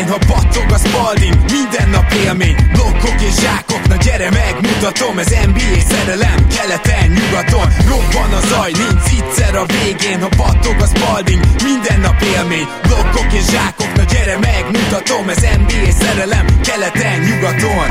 végén, ha battog a Spalding, minden nap élmény, blokkok és zsákok, na gyere megmutatom, ez NBA szerelem, keleten, nyugaton, robban a zaj, nincs egyszer a végén, ha battog a Spalding, minden nap élmény, blokkok és zsákok, na gyere megmutatom, ez NBA szerelem, keleten, nyugaton.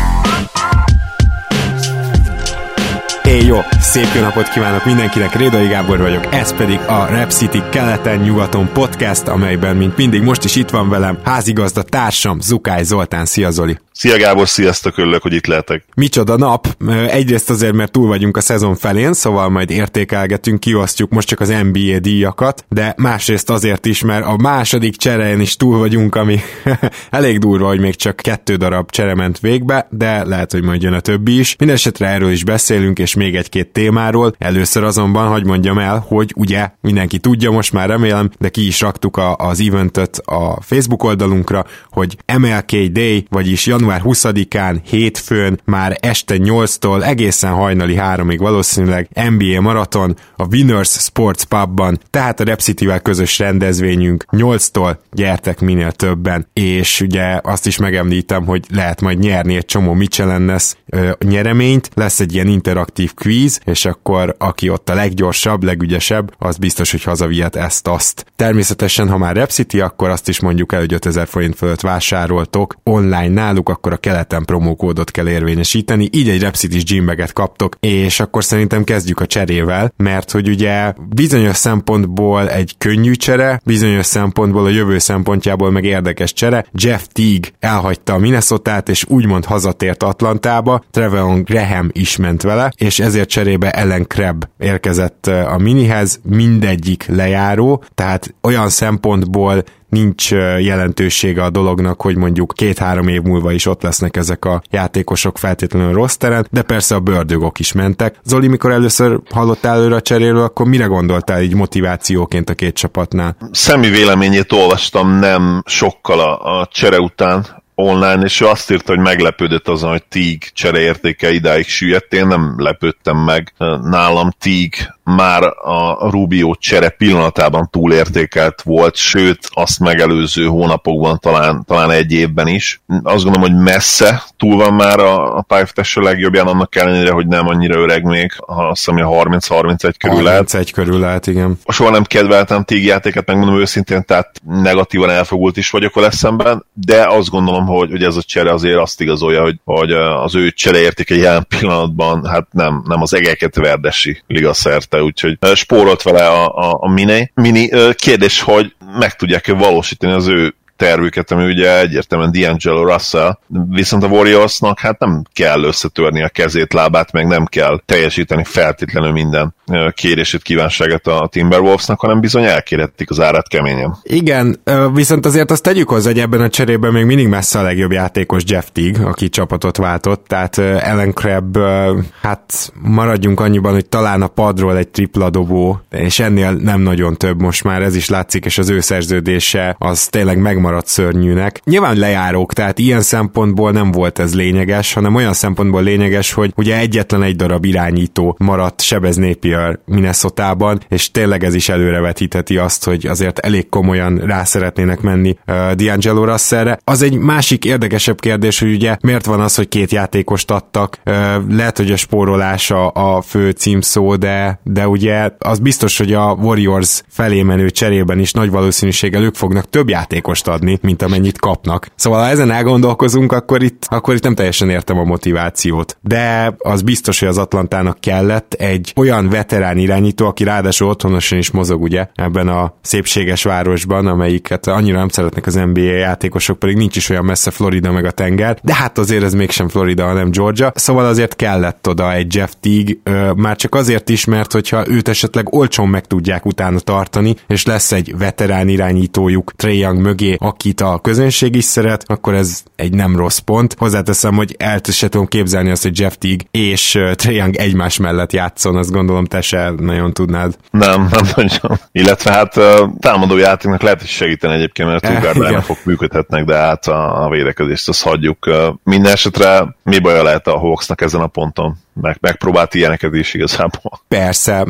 Jó, szép jó napot kívánok mindenkinek, Rédai Gábor vagyok, ez pedig a Rap City keleten-nyugaton podcast, amelyben, mint mindig, most is itt van velem házigazda társam, Zukály Zoltán. Szia Zoli! Szia Gábor, sziasztok, örülök, hogy itt lehetek. Micsoda nap! Egyrészt azért, mert túl vagyunk a szezon felén, szóval majd értékelgetünk, kiosztjuk most csak az NBA díjakat, de másrészt azért is, mert a második cserén is túl vagyunk, ami elég durva, hogy még csak 2 darab csere ment végbe, de lehet, hogy majd jön a többi is. Mindenesetre erről is beszélünk, és még egy-két témáról. Először azonban hadd mondjam el, hogy ugye mindenki tudja most már, remélem, de ki is raktuk az eventet a Facebook oldalunkra, hogy MLK Day, vagyis január 20-án, hétfőn, már este 8-tól egészen hajnali 3-ig valószínűleg NBA maraton a Winners Sports Pubban, tehát a Rap City-vel közös rendezvényünk 8-tól, gyertek minél többen, és ugye azt is megemlítem, hogy lehet majd nyerni egy csomó Michelennes nyereményt, lesz egy ilyen interaktív kvíz, és akkor aki ott a leggyorsabb, legügyesebb, az biztos, hogy hazavihet ezt-azt. Természetesen, ha már Rap City, akkor azt is mondjuk el, hogy 5000 forint fölött vásároltok online náluk, akkor a keleten promókódot kell érvényesíteni, így egy Rap City-s gymbagget kaptok, és akkor szerintem kezdjük a cserével, mert hogy ugye bizonyos szempontból egy könnyű csere, bizonyos szempontból a jövő szempontjából meg érdekes csere. Jeff Teague elhagyta a Minnesotát, és úgymond hazatért Atlantába, Treveon Graham is ment vele, és ezért cserébe Allen Crabbe érkezett a Minihez, mindegyik lejáró, tehát olyan szempontból nincs jelentősége a dolognak, hogy mondjuk 2-3 év múlva is ott lesznek ezek a játékosok feltétlenül rosteren, de persze a Birdogok is mentek. Zoli, mikor először hallottál előre a cseréről, akkor mire gondoltál így motivációként a két csapatnál? Személy véleményét olvastam nem sokkal a csere után online, és ő azt írta, hogy meglepődött azon, hogy Teague csereértéke idáig süllyedt. Én nem lepődtem meg. Nálam Teague már a Rubio csere pillanatában túlértékelt volt, sőt, azt megelőző hónapokban, talán egy évben is. Azt gondolom, hogy messze túl van már a pályafutásra legjobbján, annak ellenére, hogy nem annyira öreg még, azt hiszem, hogy 30-31 körül lehet. 31 körül lehet, igen. Soha nem kedveltem Teague játékát, megmondom őszintén, tehát negatívan elfogult is vagyok vele szemben, de azt gondolom, hogy ez a csere azért azt igazolja, hogy az ő csereértéke jelen pillanatban hát nem az egeket verdesi ligaszerte, úgyhogy spórolt vele a Mini. Kérdés, hogy meg tudják-e valósítani az ő tervüket, ami ugye egyértelműen D'Angelo Russell, viszont a Warriorsnak hát nem kell összetörni a kezét, lábát, meg nem kell teljesíteni feltétlenül minden kérését, kívánságát a Timberwolvesnak, hanem bizony elkérhetik az árát keményen. Igen, viszont azért azt tegyük hozzá, hogy ebben a cserében még mindig messze a legjobb játékos Jeff Teague, aki csapatot váltott, tehát Allen Crabbe, hát maradjunk annyiban, hogy talán a padról egy tripla dobó, és ennél nem nagyon több most már, ez is látszik, és az ő szerződése az tényleg megmaradt szörnyűnek. Nyilván lejárók, tehát ilyen szempontból nem volt ez lényeges, hanem olyan szempontból lényeges, hogy ugye egyetlen egy darab irányító maradt Sebez Napier Minnesotában, és tényleg ez is előrevethítheti azt, hogy azért elég komolyan rá szeretnének menni D'Angelo Russellre. Az egy másik érdekesebb kérdés, hogy ugye miért van az, hogy 2 játékost adtak. Lehet, hogy a spórolás a fő címszó, de ugye az biztos, hogy a Warriors felé menő cserében is nagy valószínűséggel ők fognak több játékost adni, mint amennyit kapnak. Szóval ha ezen elgondolkozunk, akkor itt nem teljesen értem a motivációt. De az biztos, hogy az Atlantának kellett egy olyan veterán irányító, aki ráadásul otthonosan is mozog ugye ebben a szépséges városban, amelyiket annyira nem szeretnek az NBA játékosok, pedig nincs is olyan messze Florida meg a tenger, de hát azért ez mégsem Florida, hanem Georgia, szóval azért kellett oda egy Jeff Teague, már csak azért is, mert hogyha őt esetleg olcsón meg tudják utána tartani, és lesz egy veterán irányítójuk Trae Young mögé, akit a közönség is szeret, akkor ez egy nem rossz pont. Hozzáteszem, hogy el se tudom képzelni azt, hogy Jeff Teague és Trae Young egymás mellett játszon, azt gondolom te se nagyon tudnád. Nem nagyon. Illetve hát támadó játéknak lehet is segíteni egyébként, mert túlgárdálnak működhetnek, de hát a védekezést azt hagyjuk. Minden esetre mi baja lehet a Hawksnak ezen a ponton? Megpróbált ilyeneket is igazából. Persze, meg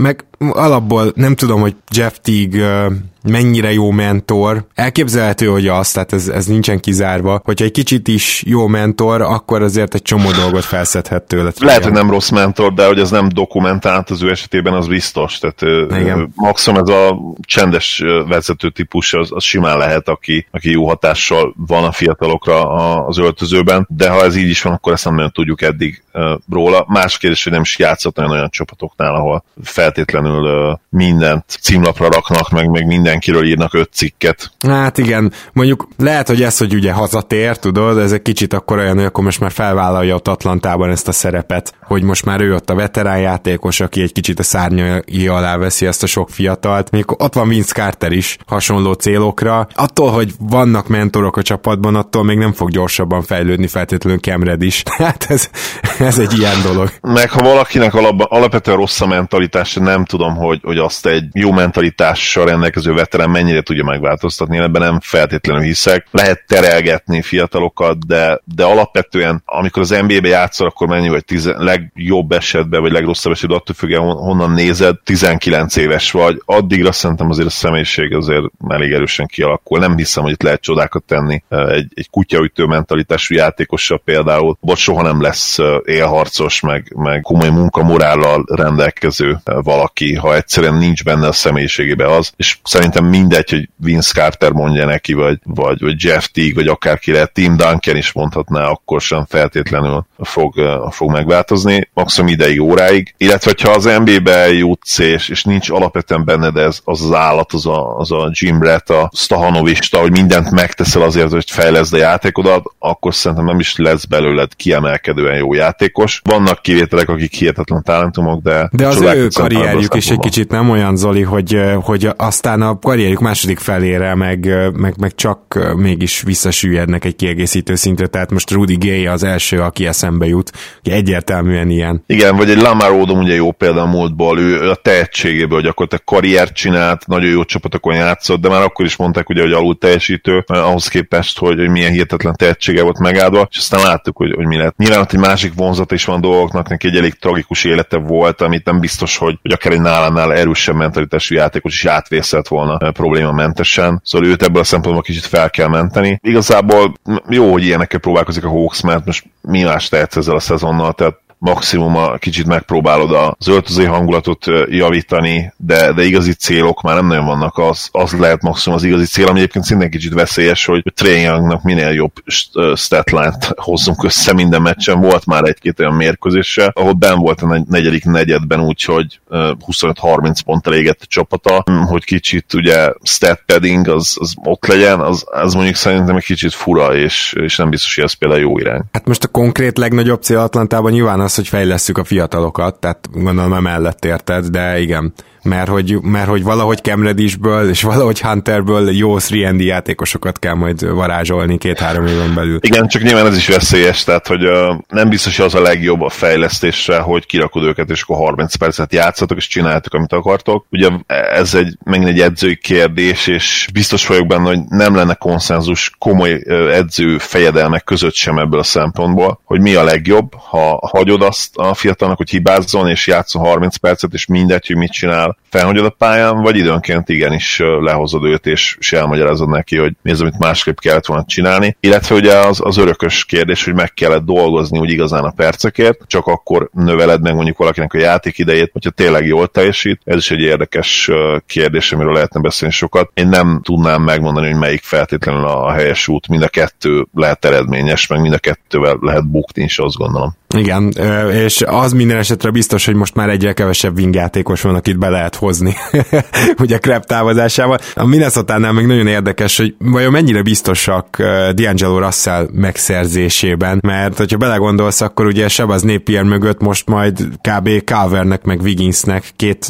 alapból nem tudom, hogy Jeff Teague mennyire jó mentor. Elképzelhető, hogy az, tehát ez nincsen kizárva. Hogyha egy kicsit is jó mentor, akkor azért egy csomó dolgot felszedhet tőle. Lehet, hogy nem rossz mentor, de hogy ez nem dokumentált az ő esetében, az biztos. Tehát maximum ez a csendes vezető típus, az simán lehet, aki jó hatással van a fiatalokra az öltözőben, de ha ez így is van, akkor ezt nem nagyon tudjuk eddig róla. Más kérdés, hogy nem is játszott olyan csapatoknál, ahol feltétlenül mindent címlapra raknak, meg mindenkiről írnak 5 cikket. Hát igen, mondjuk lehet, hogy ez, hogy ugye hazatér, tudod, ez egy kicsit akkor olyan, hogy akkor most már felvállalja ott Atlantában ezt a szerepet, hogy most már ő ott a veterán játékos, aki egy kicsit a szárnyai alá veszi ezt a sok fiatalt. Még ott van Vince Carter is hasonló célokra. Attól, hogy vannak mentorok a csapatban, attól még nem fog gyorsabban fejlődni feltétlenül Cam Reddish. Hát ez egy ilyen dolog. Meg ha valakinek alapvetően rossz a mentalitása, nem tudom, hogy azt egy jó mentalitással rendelkező veterán mennyire tudja megváltoztatni, ebben nem feltétlenül hiszek. Lehet terelgetni fiatalokat, de alapvetően, amikor az NBA-be játszol, akkor mennyi vagy legjobb esetben, vagy legrosszabb esetben, attól függően honnan nézed, 19 éves vagy, addigra szerintem azért a személyiség azért elég erősen kialakul. Nem hiszem, hogy itt lehet csodákat tenni egy kutyaütő mentalitású játékossal például, vagy soha nem lesz élharcos, meg komoly munkamorállal rendelkező valaki, ha egyszerűen nincs benne a személyiségében az, és szerintem mindegy, hogy Vince Carter mondja neki, vagy Jeff Teague, vagy akárki lehet, Tim Duncan is mondhatná, akkor sem feltétlenül fog megváltozni, maximum ideig, óráig, illetve ha az NBA-be jutsz, és nincs alapvetően benned az állat, az a Jim Rat, a Stahanovista, hogy mindent megteszel azért, hogy fejleszd a játékodat, akkor szerintem nem is lesz belőled kiemelkedően jó játékos. Vannak kivételek, akik hihetetlen talentumok, de az ő karrierjük is egy kicsit nem olyan, Zoli, hogy aztán a karrierjük második felére meg csak mégis visszasüllyednek egy kiegészítő szintre, tehát most Rudy Gay az első, aki eszembe jut, aki egyértelműen ilyen. Igen, vagy egy Lamar Odom ugye jó példa a múltból, ő a tehetségéből gyakorlatilag karriert csinált, nagyon jó csapatokon játszott, de már akkor is mondták ugye, hogy alul teljesítő, ahhoz képest, hogy milyen hihetetlen tehetsége volt megáldva, és aztán láttuk, hogy mi lett. Nyilván ott egy másik vonzat is van dolgoknak, neki egy elég tragikus élete volt, amit nem biztos, hogy akár egy nálánál erősebb mentalitású játékos is átvészelt volna problémamentesen. Szóval őt ebből a szempontból kicsit fel kell menteni. Igazából jó, hogy ilyenekkel próbálkozik a Hawks, mert most mi más tehetsz ezzel a szezonnal, tehát maximum kicsit megpróbálod az öltözői hangulatot javítani, de igazi célok már nem nagyon vannak, az lehet maximum az igazi cél, ami egyébként szintén kicsit veszélyes, hogy Trae Youngnak minél jobb statline-t hozzunk össze minden meccsen. Volt már egy-két olyan mérkőzése, ahol benn volt a negyedik negyedben, úgyhogy 25-30 ponttal égett a csapata, hogy kicsit ugye stat padding az ott legyen, az mondjuk szerintem egy kicsit fura, és nem biztos, hogy ez például jó irány. Hát most a konkrét legnagyobb cél Atlantában nyilván az, hogy fejlesszük a fiatalokat, tehát gondolom emellett érted, de igen, mert hogy valahogy Cam Reddishből és valahogy Hunterből jó 3&D játékosokat kell majd varázsolni 2-3 éven belül. Igen, csak nyilván ez is veszélyes, tehát hogy nem biztos, hogy az a legjobb a fejlesztésre, hogy kirakod őket, és akkor 30 percet játszatok, és csináltok, amit akartok. Ugye ez megint egy edzői kérdés, és biztos vagyok benne, hogy nem lenne konszenzus komoly edző fejedelmek között sem ebből a szempontból, hogy mi a legjobb, ha hagyod azt a fiatalnak, hogy hibázzon, és játszon 30 percet, és mindegy, hogy mit csinál, felhagyod a pályán, vagy időnként igenis lehozod őt, és elmagyarázod neki, hogy mi az, amit másképp kellett volna csinálni. Illetve ugye az örökös kérdés, hogy meg kellett dolgozni úgy igazán a percekért, csak akkor növeled meg mondjuk valakinek a játékidejét, hogyha tényleg jól teljesít. Ez is egy érdekes kérdés, amiről lehetne beszélni sokat. Én nem tudnám megmondani, hogy melyik feltétlenül a helyes út, mind a kettő lehet eredményes, meg mind a kettővel lehet bukni is, azt gondolom. Igen, és az minden esetre biztos, hogy most már egyre kevesebb wingjátékos van, akit be lehet hozni ugye Crabbe távozásával. A Minnesota-nál meg nagyon érdekes, hogy vajon mennyire biztosak D'Angelo Russell megszerzésében, mert hogyha belegondolsz, akkor ugye Shabazz Napier mögött most majd kb. Calvernek meg Wigginsnek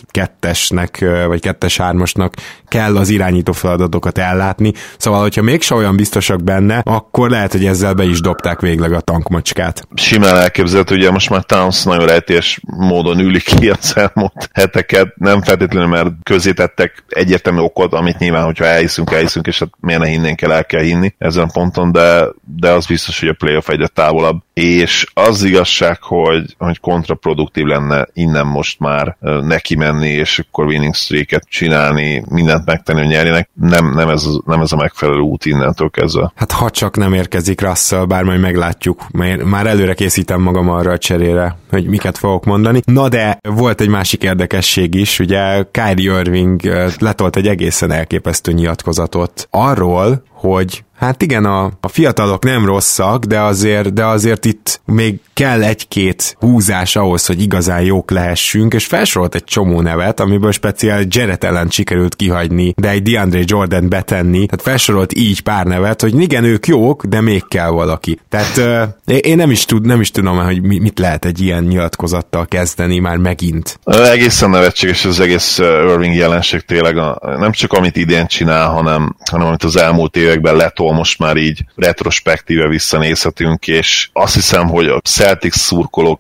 2-2-esnek vagy 2-3-asnak kell az irányító feladatokat ellátni, szóval hogyha mégse olyan biztosak benne, akkor lehet, hogy ezzel be is dobták végleg a tankmacskát. Simán elképzelhető, ugye most már Towns nagyon rejtés módon üli ki az elmúlt heteket, nem feltétlenül, mert közé tettek egyértelmű okot, amit nyilván, hogyha elhiszünk, és hát miért ne hinnénk el kell hinni ezen a ponton, de az biztos, hogy a playoff egyre távolabb. és az igazság, hogy kontraproduktív lenne innen most már neki menni, és akkor winning streaket csinálni, mindent megtenni, hogy nyerjenek. Nem ez a megfelelő út innentől kezdve. Hát ha csak nem érkezik Russell, bár majd meglátjuk, mert már előre készítem magam arra a cserére, hogy miket fogok mondani. Na de volt egy másik érdekesség is, ugye Kyrie Irving letolt egy egészen elképesztő nyilatkozatot arról, hogy hát igen, a fiatalok nem rosszak, de azért itt még kell egy-két húzás ahhoz, hogy igazán jók lehessünk, és felsorolt egy csomó nevet, amiből speciál Jarrett Allen sikerült kihagyni, de egy DeAndre Jordan betenni, tehát felsorolt így pár nevet, hogy igen, ők jók, de még kell valaki. Tehát én nem is tudom, hogy mit lehet egy ilyen nyilatkozattal kezdeni már megint. Egészen nevetséges az egész Irving jelenség tényleg, nem csak amit idén csinál, hanem amit az elmúlt években letol, most már így retrospektíve visszanézhetünk, és azt hiszem, hogy a Celtics szurkolók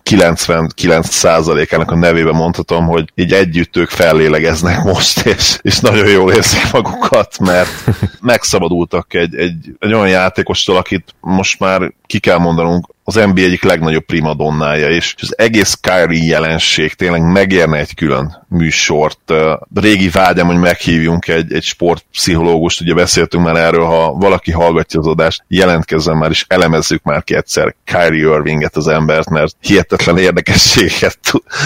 99%-ának a nevében mondhatom, hogy így együtt ők fellélegeznek most, és nagyon jól érzik magukat, mert megszabadultak egy olyan játékostól, akit most már ki kell mondanunk, az NBA egyik legnagyobb primadonnája, és az egész Kyrie jelenség tényleg megérne egy külön műsort. Régi vágyam, hogy meghívjunk egy sportpszichológust, ugye beszéltünk már erről, ha valaki hallgatja az adást, jelentkezzen már, és elemezzük már ki egyszer Kyrie Irvinget, az embert, mert hihetetlen érdekességet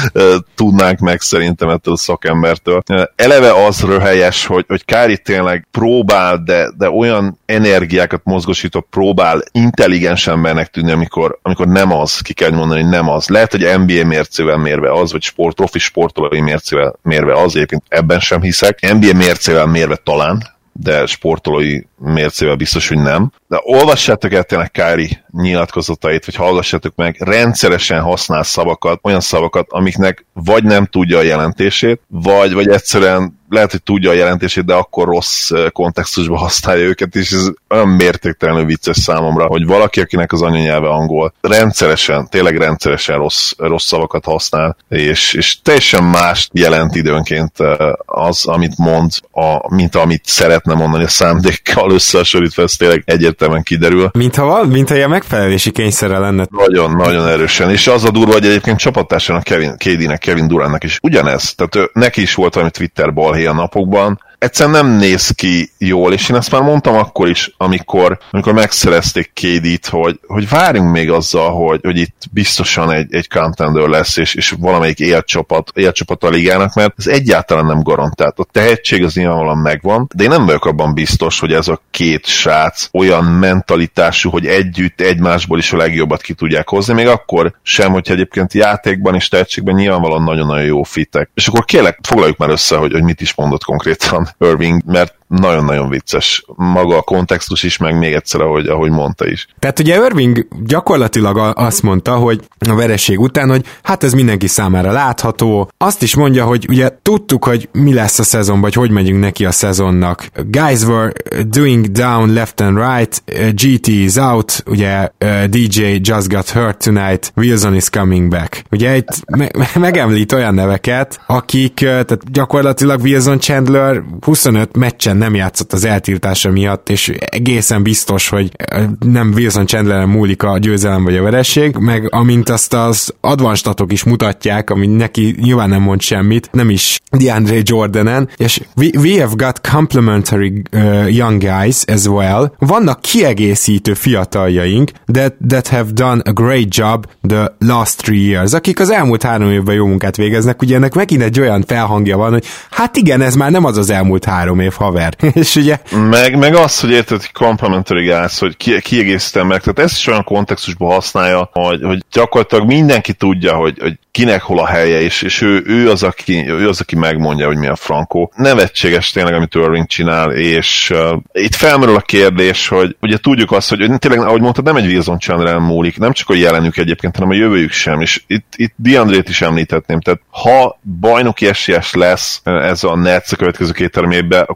tudnánk meg szerintem ettől a szakembertől. Eleve az röhelyes, hogy Kyrie tényleg próbál, de olyan energiákat mozgosítva próbál intelligens embernek tűnni, amikor nem az, ki kell mondani, hogy nem az. Lehet, hogy NBA mércével mérve az, vagy profi sportolói mércével mérve az, egyébként ebben sem hiszek. NBA mércével mérve talán, de sportolói mércével biztos, hogy nem. De olvassátok el tényleg Kyrie nyilatkozatait, vagy hallgassátok meg, rendszeresen használ szavakat, olyan szavakat, amiknek vagy nem tudja a jelentését, vagy egyszerűen lehet, hogy tudja a jelentését, de akkor rossz kontextusban használja őket, és ez olyan mértéktelenül vicces számomra, hogy valaki, akinek az anyanyelve angol, tényleg rendszeresen rossz szavakat használ, és teljesen más jelent időnként az, amit mond, mint amit szeretne mondani a szándékkal összehasonlítva, ez tényleg egyértelműen kiderül. Mintha ilyen megfelelési kényszerre lenne. Nagyon erősen, és az a durva, hogy egyébként csapattársának KD-nek, Kevin Durantnak is ugyanez, tehát neki is volt valami Twitter balhé a napokban, egyszerűen nem néz ki jól, és én ezt már mondtam akkor is, amikor megszerezték KD-t, hogy várjunk még azzal, hogy itt biztosan egy contender lesz, és valamelyik élcsapat a ligának, mert ez egyáltalán nem garantált. A tehetség az nyilvánvalóan megvan, de én nem vagyok abban biztos, hogy ez a két srác olyan mentalitású, hogy együtt egymásból is a legjobbat ki tudják hozni, még akkor sem, hogyha egyébként játékban és tehetségben nyilvánvalóan nagyon-nagyon jó fitek. És akkor kérlek, foglaljuk már össze, hogy mit is mondott konkrétan Irving, mert nagyon-nagyon vicces. Maga a kontextus is, meg még egyszer, ahogy mondta is. Tehát ugye Irving gyakorlatilag azt mondta, hogy a vereség után, hogy hát ez mindenki számára látható. Azt is mondja, hogy ugye tudtuk, hogy mi lesz a szezonban, hogy megyünk neki a szezonnak. Guys were doing down left and right, GT is out, ugye DJ just got hurt tonight, Wilson is coming back. Ugye itt megemlít olyan neveket, akik, tehát gyakorlatilag Wilson Chandler 25 meccsen nem játszott az eltiltása miatt, és egészen biztos, hogy nem Wilson Chandleren múlik a győzelem vagy a vereség, meg amint azt az advanstatok is mutatják, ami neki nyilván nem mond semmit, nem is DeAndre Jordanen, és we have got complementary young guys as well. Vannak kiegészítő fiataljaink that have done a great job the last 3 years, akik az elmúlt 3 évben jó munkát végeznek, ugye ennek megint egy olyan felhangja van, hogy hát igen, ez már nem az elmúlt 3 év, haver. És ugye... Meg az, hogy érted, hogy complementary guys, hogy kiegészítem meg, tehát ezt is olyan kontextusban használja, hogy gyakorlatilag mindenki tudja, hogy kinek hol a helye, és ő az, aki megmondja, hogy mi a frankó. Nevetséges tényleg, amit Irving csinál, és itt felmerül a kérdés, hogy ugye tudjuk azt, hogy tényleg, ahogy mondtad, nem egy Wilson Chandleren múlik, nem csak a jelenük egyébként, hanem a jövőjük sem, és itt DeAndre-t is említhetném, tehát ha bajnoki esélyes lesz ez a Nets a következő 2-3 évben, akkor ezt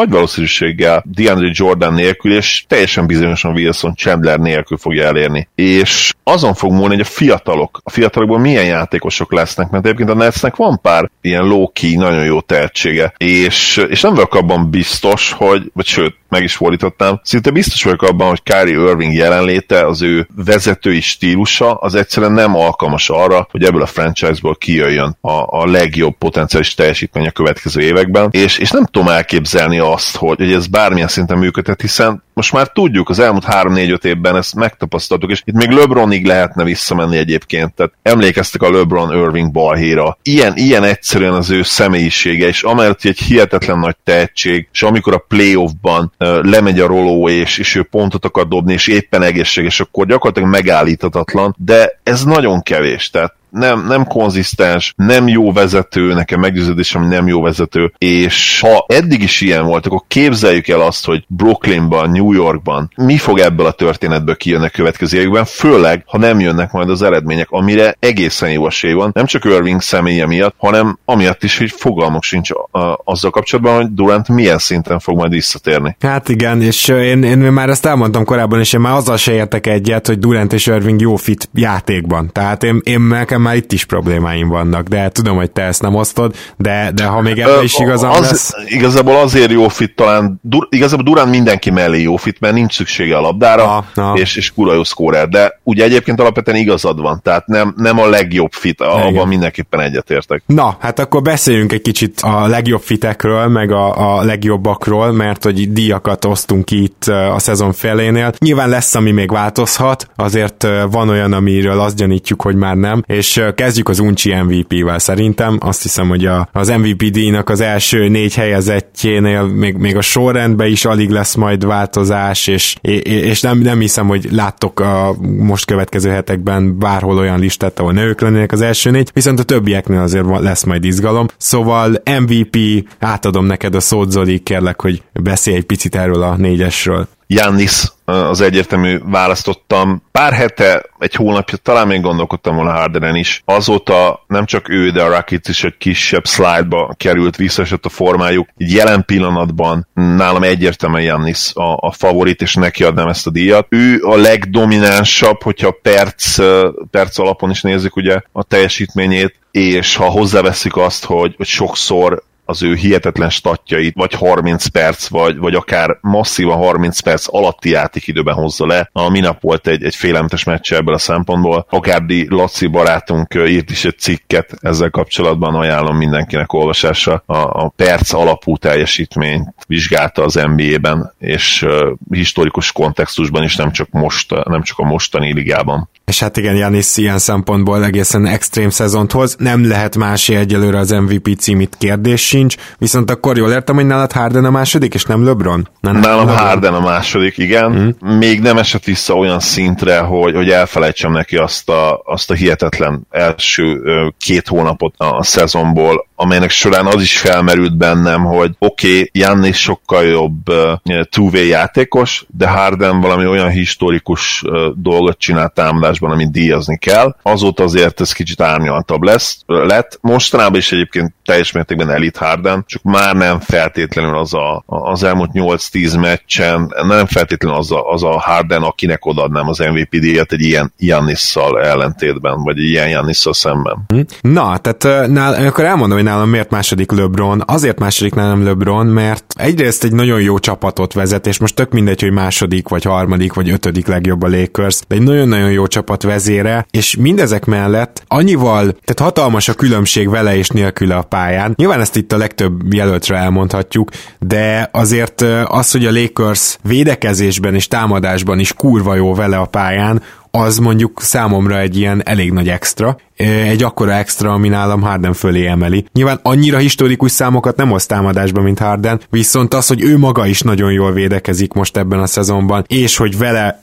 nagy valószínűséggel DeAndre Jordan nélkül, és teljesen bizonyosan Wilson Chandler nélkül fogja elérni. És azon fog múlni, hogy a fiatalokból milyen játékosok lesznek, mert egyébként a Netsnek van pár ilyen low-key, nagyon jó tehetsége, és nem vagyok abban biztos, vagy sőt, meg is fordítottam, szinte biztos vagyok abban, hogy Kyrie Irving jelenléte, az ő vezetői stílusa, az egyszerűen nem alkalmas arra, hogy ebből a franchise-ból kijöjjön a legjobb potenciális teljesítmény a következő években, és nem tudom elképzelni azt, hogy ez bármilyen szinten működhet, hiszen most már tudjuk, az elmúlt 3-4-5 évben ezt megtapasztaltuk, és itt még LeBronig lehetne visszamenni egyébként, tehát emlékeztek a LeBron-Irving balhéra. Ilyen egyszerűen az ő személyisége, és amellett egy hihetetlen nagy tehetség, és amikor a playoffban lemegy a roló, és ő pontot akar dobni, és éppen egészséges, akkor gyakorlatilag megállíthatatlan, de ez nagyon kevés, tehát nem konzisztens, nem jó vezető, nekem meggyőződésem, hogy nem jó vezető, és ha eddig is ilyen volt, akkor képzeljük el azt, hogy Brooklynban, New Yorkban mi fog ebből a történetből kijönni a következő években, főleg, ha nem jönnek majd az eredmények, amire egészen jó esély van, nem csak Irving személye miatt, hanem amiatt is, hogy fogalmuk sincs azzal kapcsolatban, hogy Durant milyen szinten fog majd visszatérni. Hát igen, és én már ezt elmondtam korábban, és én már azzal se értek egyet, hogy Durant és Irving jó fit játékban. Tehát én már itt is problémáim vannak, de tudom, hogy te ezt nem osztod, de ha még ebben is igazam lesz... Igazából azért jó fit talán, igazából Durant mindenki mellé jó fit, mert nincs szüksége a labdára, és kurva jó szkórer, de ugye egyébként alapvetően igazad van, tehát nem a legjobb fit, abban mindenképpen egyetértek. Na, hát akkor beszéljünk egy kicsit a legjobb fitekről, meg a legjobbakról, mert hogy díjakat osztunk ki itt a szezon felénél. Nyilván lesz, ami még változhat, azért van olyan, amiről azt gyanítjuk, hogy már nem, és kezdjük az uncsi MVP-vel szerintem. Azt hiszem, hogy az MVP díjnak az első 4 helyezettjénél még a sorrendben is alig lesz majd változás, és nem hiszem, hogy láttok a most következő hetekben bárhol olyan listát, ahol ne ők lennének az első 4, viszont a többieknél azért lesz majd izgalom. Szóval MVP, átadom neked a szót, Zoli, kérlek, hogy beszélj egy picit erről a 4-esről. Giannis az egyértelmű választottam. Pár hete, egy hónapja talán még gondolkodtam volna Hardenen is. Azóta nem csak ő, de a Rockets is egy kisebb slide-ba került, visszaesett a formájuk. Így jelen pillanatban nálam egyértelműen Giannis a favorit, és neki adnám ezt a díjat. Ő a legdominánsabb, hogyha perc alapon is nézzük ugye a teljesítményét, és ha hozzáveszik azt, hogy sokszor az ő hihetetlen statjait, vagy 30 perc, vagy akár masszívan 30 perc alatti játékidőben hozza le. A minap volt egy félelmetes meccs ebből a szempontból. Akárdi Laci barátunk írt is egy cikket ezzel kapcsolatban, ajánlom mindenkinek olvasásra. A perc alapú teljesítményt vizsgálta az NBA-ben, és historikus kontextusban is, nem csak a mostani ligában. És hát igen, Giannis ilyen szempontból egészen extrém szezont hoz. Nem lehet másé egyelőre az MVP címit, kérdés sincs, viszont akkor jól értem, hogy nálad Harden a második, és nem LeBron? Nálam Harden a második, igen. Még nem esett vissza olyan szintre, hogy elfelejtsem neki azt a hihetetlen első 2 hónapot a szezonból, amelynek során az is felmerült bennem, hogy oké, Giannis sokkal jobb two-way játékos, de Harden valami olyan historikus dolgot csinál támadásban, amit díjazni kell. Azóta azért ez kicsit árnyaltabb lett. Mostanában is egyébként teljes mértékben elit Harden, csak már nem feltétlenül az elmúlt 8-10 meccsen, nem feltétlenül az a Harden, akinek odaadnám az MVP díjat egy ilyen Giannisszal ellentétben, vagy egy ilyen Giannisszal szemben. Na, tehát akkor elmondom, hogy nálam miért második LeBron. Azért második nálam LeBron, mert egyrészt egy nagyon jó csapatot vezet, és most tök mindegy, hogy második, vagy harmadik, vagy 5. legjobb a Lakers, de egy nagyon-nagyon jó csapat vezére, és mindezek mellett annyival, tehát hatalmas a különbség vele és nélküle a pályán. Nyilván ezt itt a legtöbb jelöltre elmondhatjuk, de azért az, hogy a Lakers védekezésben és támadásban is kurva jó vele a pályán, az mondjuk számomra egy ilyen elég nagy extra, egy akkora extra, ami nálam Harden fölé emeli. Nyilván annyira historikus számokat nem hoz támadásban, mint Harden, viszont az, hogy ő maga is nagyon jól védekezik most ebben a szezonban, és hogy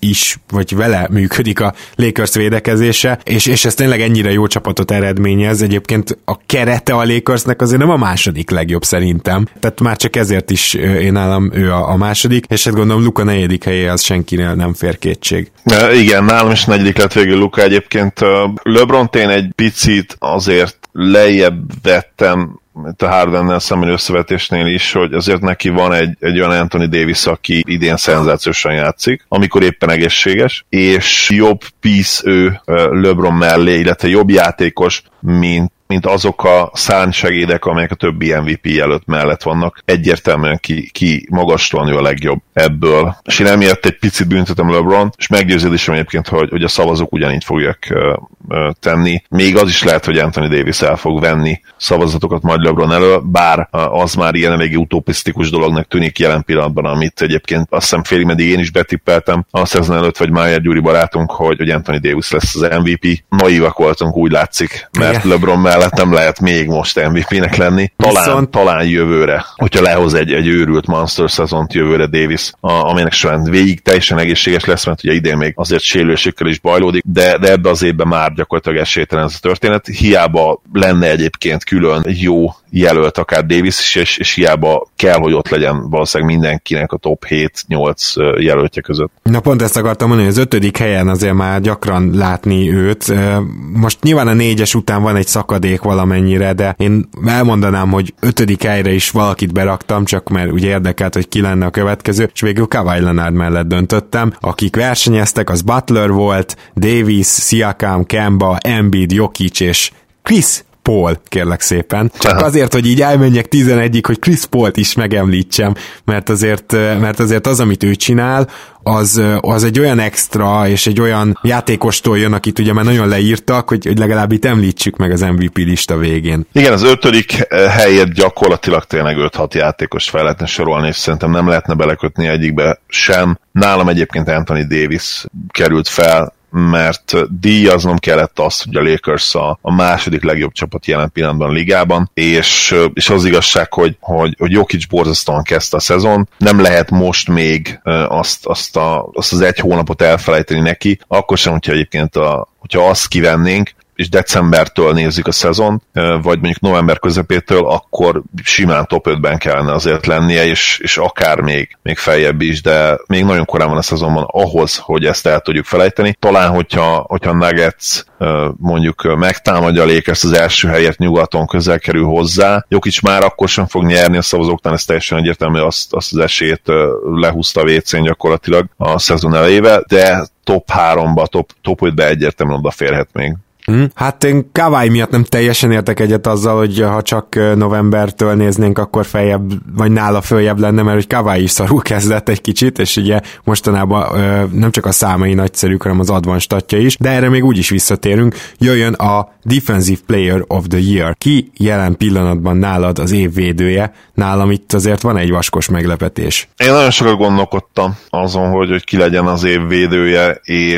vele működik a Lakers védekezése, és ez tényleg ennyire jó csapatot eredményez. Egyébként a kerete a Lakersnek azért nem a második legjobb szerintem. Tehát már csak ezért is én nálam ő a második, és hát gondolom Luka 4. helyéhez senkinél nem fér kétség. Igen, nálam is 4. lett végül Luka. Egyébként LeBront én egy picit azért lejjebb vettem a Hardennel szembeni összevetésnél is, hogy azért neki van egy olyan Anthony Davis, aki idén szenzációsan játszik, amikor éppen egészséges, és jobb piece ő LeBron mellé, illetve jobb játékos, mint azok a szárnysegédek, amelyek a többi MVP jelölt mellett vannak. Egyértelműen ki magaslan ő a legjobb ebből. És én emiatt egy picit büntetem LeBron, és meggyőződésem egyébként, hogy a szavazók ugyanígy fogják tenni. Még az is lehet, hogy Anthony Davis el fog venni szavazatokat majd LeBron elől, bár az már ilyen eléggé utopisztikus dolognak tűnik jelen pillanatban, amit egyébként azt hiszem félig meddig én is betippeltem a szezon előtt, vagy Májer Gyuri barátunk, hogy Anthony Davis lesz az MVP. Naívak voltunk, úgy látszik, mert LeBron mellett nem lehet még most MVP-nek lenni. Talán jövőre, hogyha lehoz egy őrült monster szezont jövőre Davis, aminek során végig teljesen egészséges lesz, mert ugye idén még azért sérülésekkel is bajlódik, de ebbe az évben már gyakorlatilag esélytelen ez a történet. Hiába lenne egyébként külön jó jelölt akár Davis is, és hiába kell, hogy ott legyen valószínűleg mindenkinek a top 7-8 jelöltje között. Na pont ezt akartam mondani, hogy az 5. helyen azért már gyakran látni őt. Most nyilván a 4-es után van egy szakadék valamennyire, de én elmondanám, hogy 5. helyre is valakit beraktam, csak mert ugye érdekelt, hogy ki lenne a következő, és végül Kawhi Leonard mellett döntöttem. Akik versenyeztek, az Butler volt, Davis, Siakam, Kemba, Embiid, Jokic és Chris Paul, kérlek szépen. Csak azért, hogy így elmenjek 11-ig, hogy Chris Pault is megemlítsem, mert azért az, amit ő csinál, az egy olyan extra, és egy olyan játékostól jön, akit ugye már nagyon leírtak, hogy legalább itt említsük meg az MVP lista végén. Igen, az 5. helyet gyakorlatilag tényleg 5-6 játékost fel lehetne sorolni, és szerintem nem lehetne belekötni egyikbe sem. Nálam egyébként Anthony Davis került fel, mert díjaznom kellett azt, hogy a Lakers a második legjobb csapat jelen pillanatban a ligában, és az igazság, hogy Jokic borzasztóan kezdte a szezon, nem lehet most még azt az egy hónapot elfelejteni neki, akkor sem, hogyha egyébként hogyha azt kivennénk, és decembertől nézzük a szezon, vagy mondjuk november közepétől, akkor simán top 5-ben kellene azért lennie, és akár még feljebb is, de még nagyon korán van a szezonban ahhoz, hogy ezt el tudjuk felejteni. Talán, hogyha Nuggets mondjuk megtámadja a Lakers az első helyet nyugaton, közel kerül hozzá, Jokic már akkor sem fog nyerni a szavazóknál, ez teljesen egyértelmű, azt az esélyt lehúzta a WC-n gyakorlatilag a szezon elejével, de top 3-ba, top 5-be egyértelműen odaférhet még. Hát én Kawhi miatt nem teljesen értek egyet azzal, hogy ha csak novembertől néznénk, akkor feljebb, vagy nála följebb lenne, mert hogy Kawhi is szarul kezdett egy kicsit, és ugye mostanában nem csak a számai nagyszerűk, hanem az advanced statja is, de erre még úgyis visszatérünk. Jöjjön a Defensive Player of the Year. Ki jelen pillanatban nálad az év védője? Nálam itt azért van egy vaskos meglepetés. Én nagyon sokat gondolkodtam azon, hogy ki legyen az év védője,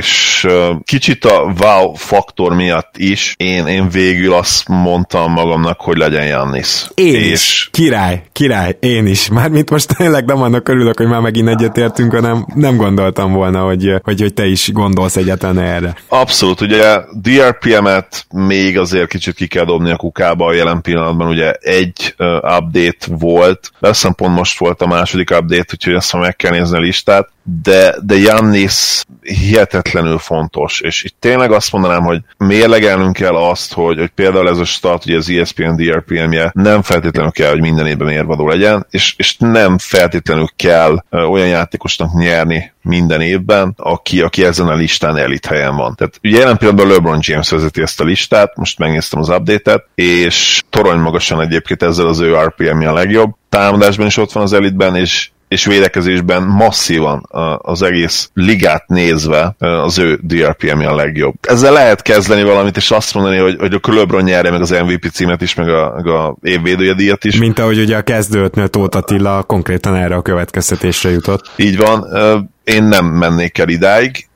és kicsit a wow faktor miatt is én végül azt mondtam magamnak, hogy legyen Giannis. Én is. Király, én is. Mármint most tényleg nem annak örülök, hogy már megint egyetértünk, hanem nem gondoltam volna, hogy te is gondolsz egyáltalán erre. Abszolút, ugye DRPM-et még azért kicsit ki kell dobni a kukába a jelen pillanatban, ugye egy update volt, de azt hiszem pont most volt a második update, úgyhogy azt meg kell nézni a listát, de Giannis hihetetlenül fontos, és itt tényleg azt mondanám, hogy mérlegelnünk kell azt, hogy például ez a stat, ugye az ESPN DRPM-je nem feltétlenül kell, hogy minden évben mérvadó legyen, és nem feltétlenül kell olyan játékosnak nyerni minden évben, aki ezen a listán elit helyen van. Tehát ugye jelen pillanatban LeBron James vezeti ezt a listát, most megnéztem az update-et, és torony magasan egyébként ezzel az ő RPM-je a legjobb. Támadásban is ott van az elitben, és védekezésben masszívan az egész ligát nézve az ő DRPM-je a legjobb. Ezzel lehet kezdeni valamit, és azt mondani, hogy a LeBron nyerje meg az MVP címet is, meg a évvédője díjat is. Mint ahogy ugye a kezdőtnél Tóth Attila konkrétan erre a következtetésre jutott. Így van. Én nem mennék el idáig,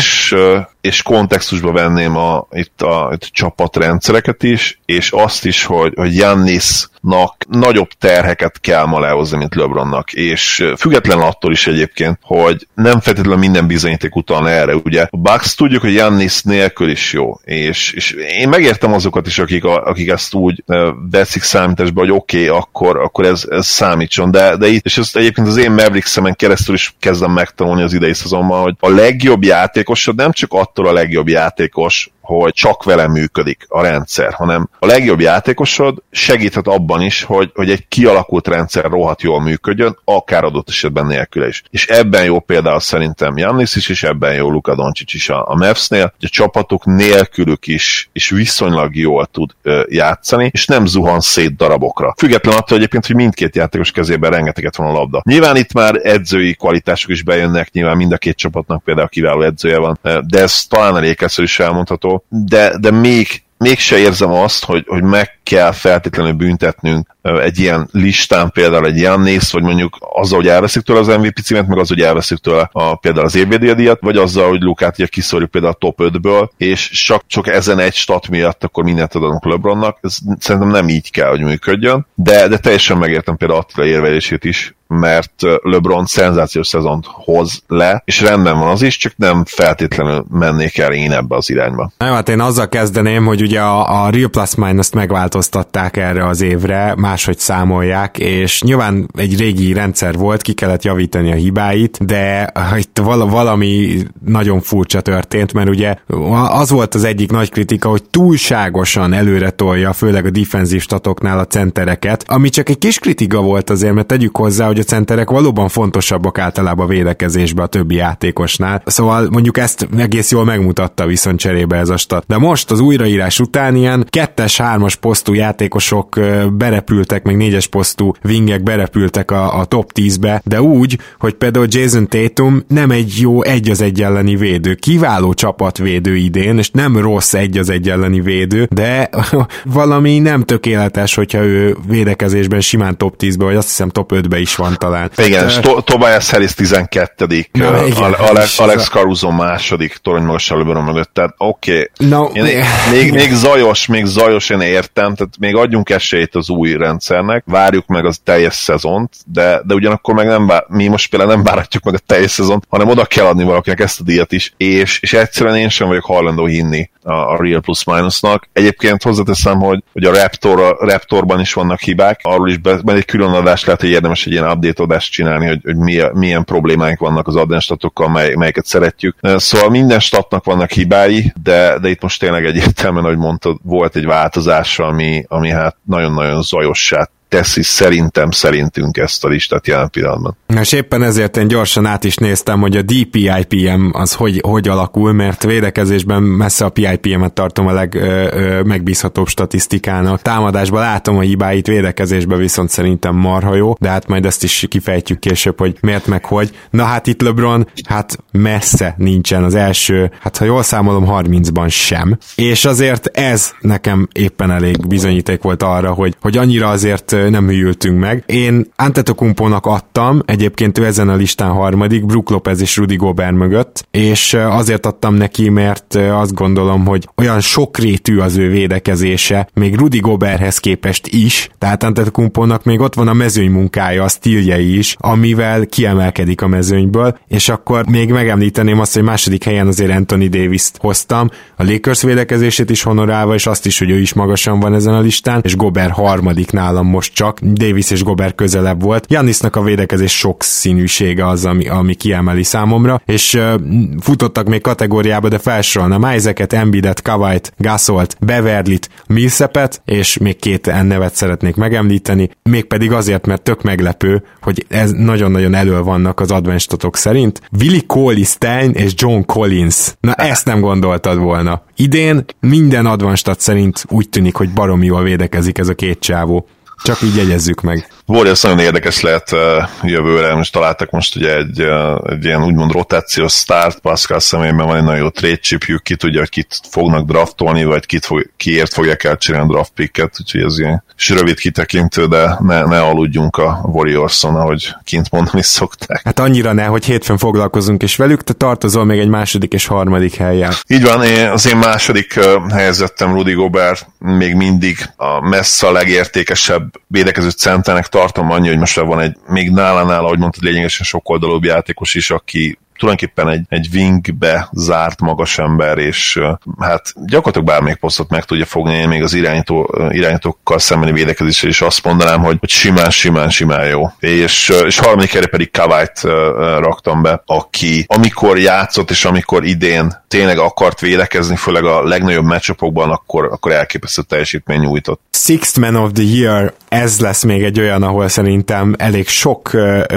és kontextusba venném itt a csapatrendszereket is, és azt is, hogy Giannisnak nagyobb terheket kell ma lehozni, mint LeBronnak, és független attól is egyébként, hogy nem feltétlenül minden bizonyíték utalna erre, ugye a Bucks tudjuk, hogy Giannis nélkül is jó, és én megértem azokat is, akik ezt úgy veszik számításba, hogy oké, akkor ez számítson, de itt, és ezt egyébként az én Mavericks-emen keresztül is kezdem megtanulni az idei szezonban, hogy a legjobb játékosod nem csak attól a legjobb játékos, hogy csak vele működik a rendszer, hanem a legjobb játékosod segíthet abban is, hogy egy kialakult rendszer rohadt jól működjön, akár adott esetben nélküle is. És ebben jó például szerintem Giannis is, és ebben jó Luka Doncic is a Mavsnél, hogy a csapatok nélkülük is viszonylag jól tud játszani, és nem zuhan szét darabokra. Függetlenül attól egyébként, hogy mindkét játékos kezében rengeteget van a labda. Nyilván itt már edzői kvalitások is bejönnek, nyilván mind a két csapatnak például kiváló edzője van, de ez talán a Lakersről is elmondható, de mégse érzem azt, hogy meg kell feltétlenül büntetnünk egy ilyen listán például egy Giannis, vagy mondjuk azzal, hogy elveszik tőle az MVP címet, meg az, hogy elveszik tőle például az EBD-díjat, vagy azzal, hogy Lukát ugye kiszorjuk például a top 5-ből, és csak ezen egy stat miatt akkor mindent adunk LeBronnak. Ez szerintem nem így kell, hogy működjön, de teljesen megértem például Attila érvelését is, mert LeBron szenzációs szezont hoz le, és rendben van az is, csak nem feltétlenül mennék el én ebbe az irányba. Na jó, hát én azzal kezdeném, hogy ugye a Real Plus Minus-t megváltoztatták erre az évre, máshogy számolják, és nyilván egy régi rendszer volt, ki kellett javítani a hibáit, de itt valami nagyon furcsa történt, mert ugye az volt az egyik nagy kritika, hogy túlságosan előre tolja, főleg a defenzív statoknál a centereket, ami csak egy kis kritika volt azért, mert tegyük hozzá, hogy a centerek valóban fontosabbak általában a védekezésben a többi játékosnál. Szóval mondjuk ezt egész jól megmutatta viszont cserébe ez a stat. De most az újraírás után ilyen 2-3-as posztú játékosok berepültek, meg 4-es posztú wingek berepültek a top 10-be, de úgy, hogy például Jason Tatum nem egy jó 1-1 elleni védő. Kiváló csapatvédő idén, és nem rossz 1-1 elleni védő, de valami nem tökéletes, hogyha ő védekezésben simán top 10-be, vagy azt hiszem top 5-be is van talán. Igen, és Tobias Harris 12. Alex Caruso második toronymagas LeBron mögött, tehát oké. Még zajos, én értem, tehát még adjunk esélyt az új rendszernek, várjuk meg az teljes szezont, de ugyanakkor meg mi most például nem várhatjuk meg a teljes szezont, hanem oda kell adni valakinek ezt a díjat is, és egyszerűen én sem vagyok hajlandó hinni a Real Plus Minusnak. Egyébként hozzáteszem, hogy a Raptorban is vannak hibák, arról is egy külön adás lehet, hogy érdemes egy ilyen update adást csinálni, hogy milyen problémáink vannak az addenstatokkal, melyeket szeretjük. Szóval minden statnak vannak hibái, de itt most tényleg egyértelműen, ahogy mondtad, volt egy változás, ami hát nagyon-nagyon zajossá teszi szerintünk ezt a listát jelen pillanatban. És éppen ezért én gyorsan át is néztem, hogy a DPIPM az hogy alakul, mert védekezésben messze a PIPM-et tartom a legmegbízhatóbb statisztikának. Támadásban látom a hibáit, védekezésben viszont szerintem marha jó, de hát majd ezt is kifejtjük később, hogy miért meg hogy. Na hát itt LeBron, hát messze nincsen az első, hát ha jól számolom 30-ban sem. És azért ez nekem éppen elég bizonyíték volt arra, hogy annyira azért nem hűltünk meg. Én Antetokounmpónak adtam, egyébként ő ezen a listán harmadik, Brook Lopez és Rudy Gobert mögött, és azért adtam neki, mert azt gondolom, hogy olyan sokrétű az ő védekezése, még Rudy Goberthez képest is, tehát Antetokounmpónak még ott van a mezőny munkája, a stíljei is, amivel kiemelkedik a mezőnyből, és akkor még megemlíteném azt, hogy második helyen azért Anthony Davis-t hoztam, a Lakers védekezését is honorálva, és azt is, hogy ő is magasan van ezen a listán, és Gobert harmadik nálam most csak, Davis és Gobert közelebb volt. Giannisnak a védekezés sok színűsége az, ami kiemeli számomra, és futottak még kategóriába, de felsorolnám Isaac-et, Embiidet, Kawait, Gasolt, Beverlyt, Millsapet, és még 2 nevet szeretnék megemlíteni, mégpedig azért, mert tök meglepő, hogy ez nagyon-nagyon elő vannak az advanced-statok szerint. Willie Cauley-Stein és John Collins. Na ezt nem gondoltad volna. Idén minden advanced-stat szerint úgy tűnik, hogy baromi jól védekezik ez a két csávó. Csak így jegyezzük meg. Warriors nagyon érdekes lehet jövőre, most találtak most ugye egy ilyen úgymond rotációs start, Pascal személyben van egy nagyon jó trade chipjük, ki tudja, hogy kit fognak draftolni, vagy kiért fogják elcserélni a draft picket, úgyhogy ez ilyen rövid kitekintő, de ne aludjunk a Warriorson, ahogy kint mondani szokták. Hát annyira ne, hogy hétfőn foglalkozunk is velük, te tartozol még egy második és harmadik helyen. Így van, az én második helyezettem Rudy Gobert, még mindig a messze a legértékesebb védekező centernek tartom annyi, hogy most van egy még nálánál, ahogy mondtad, lényegesen sokoldalúbb játékos is, aki tulajdonképpen egy wingbe zárt magas ember, és hát gyakorlatilag bármelyik posztot meg tudja fogni, még az irányítókkal szembeni védekezésre is azt mondanám, hogy simán jó. És harmadik helyre pedig Kawait raktam be, aki amikor játszott, és amikor idén tényleg akart védekezni, főleg a legnagyobb matchupokban, akkor elképesztő teljesítmény nyújtott. Sixth Man of the Year, ez lesz még egy olyan, ahol szerintem elég sok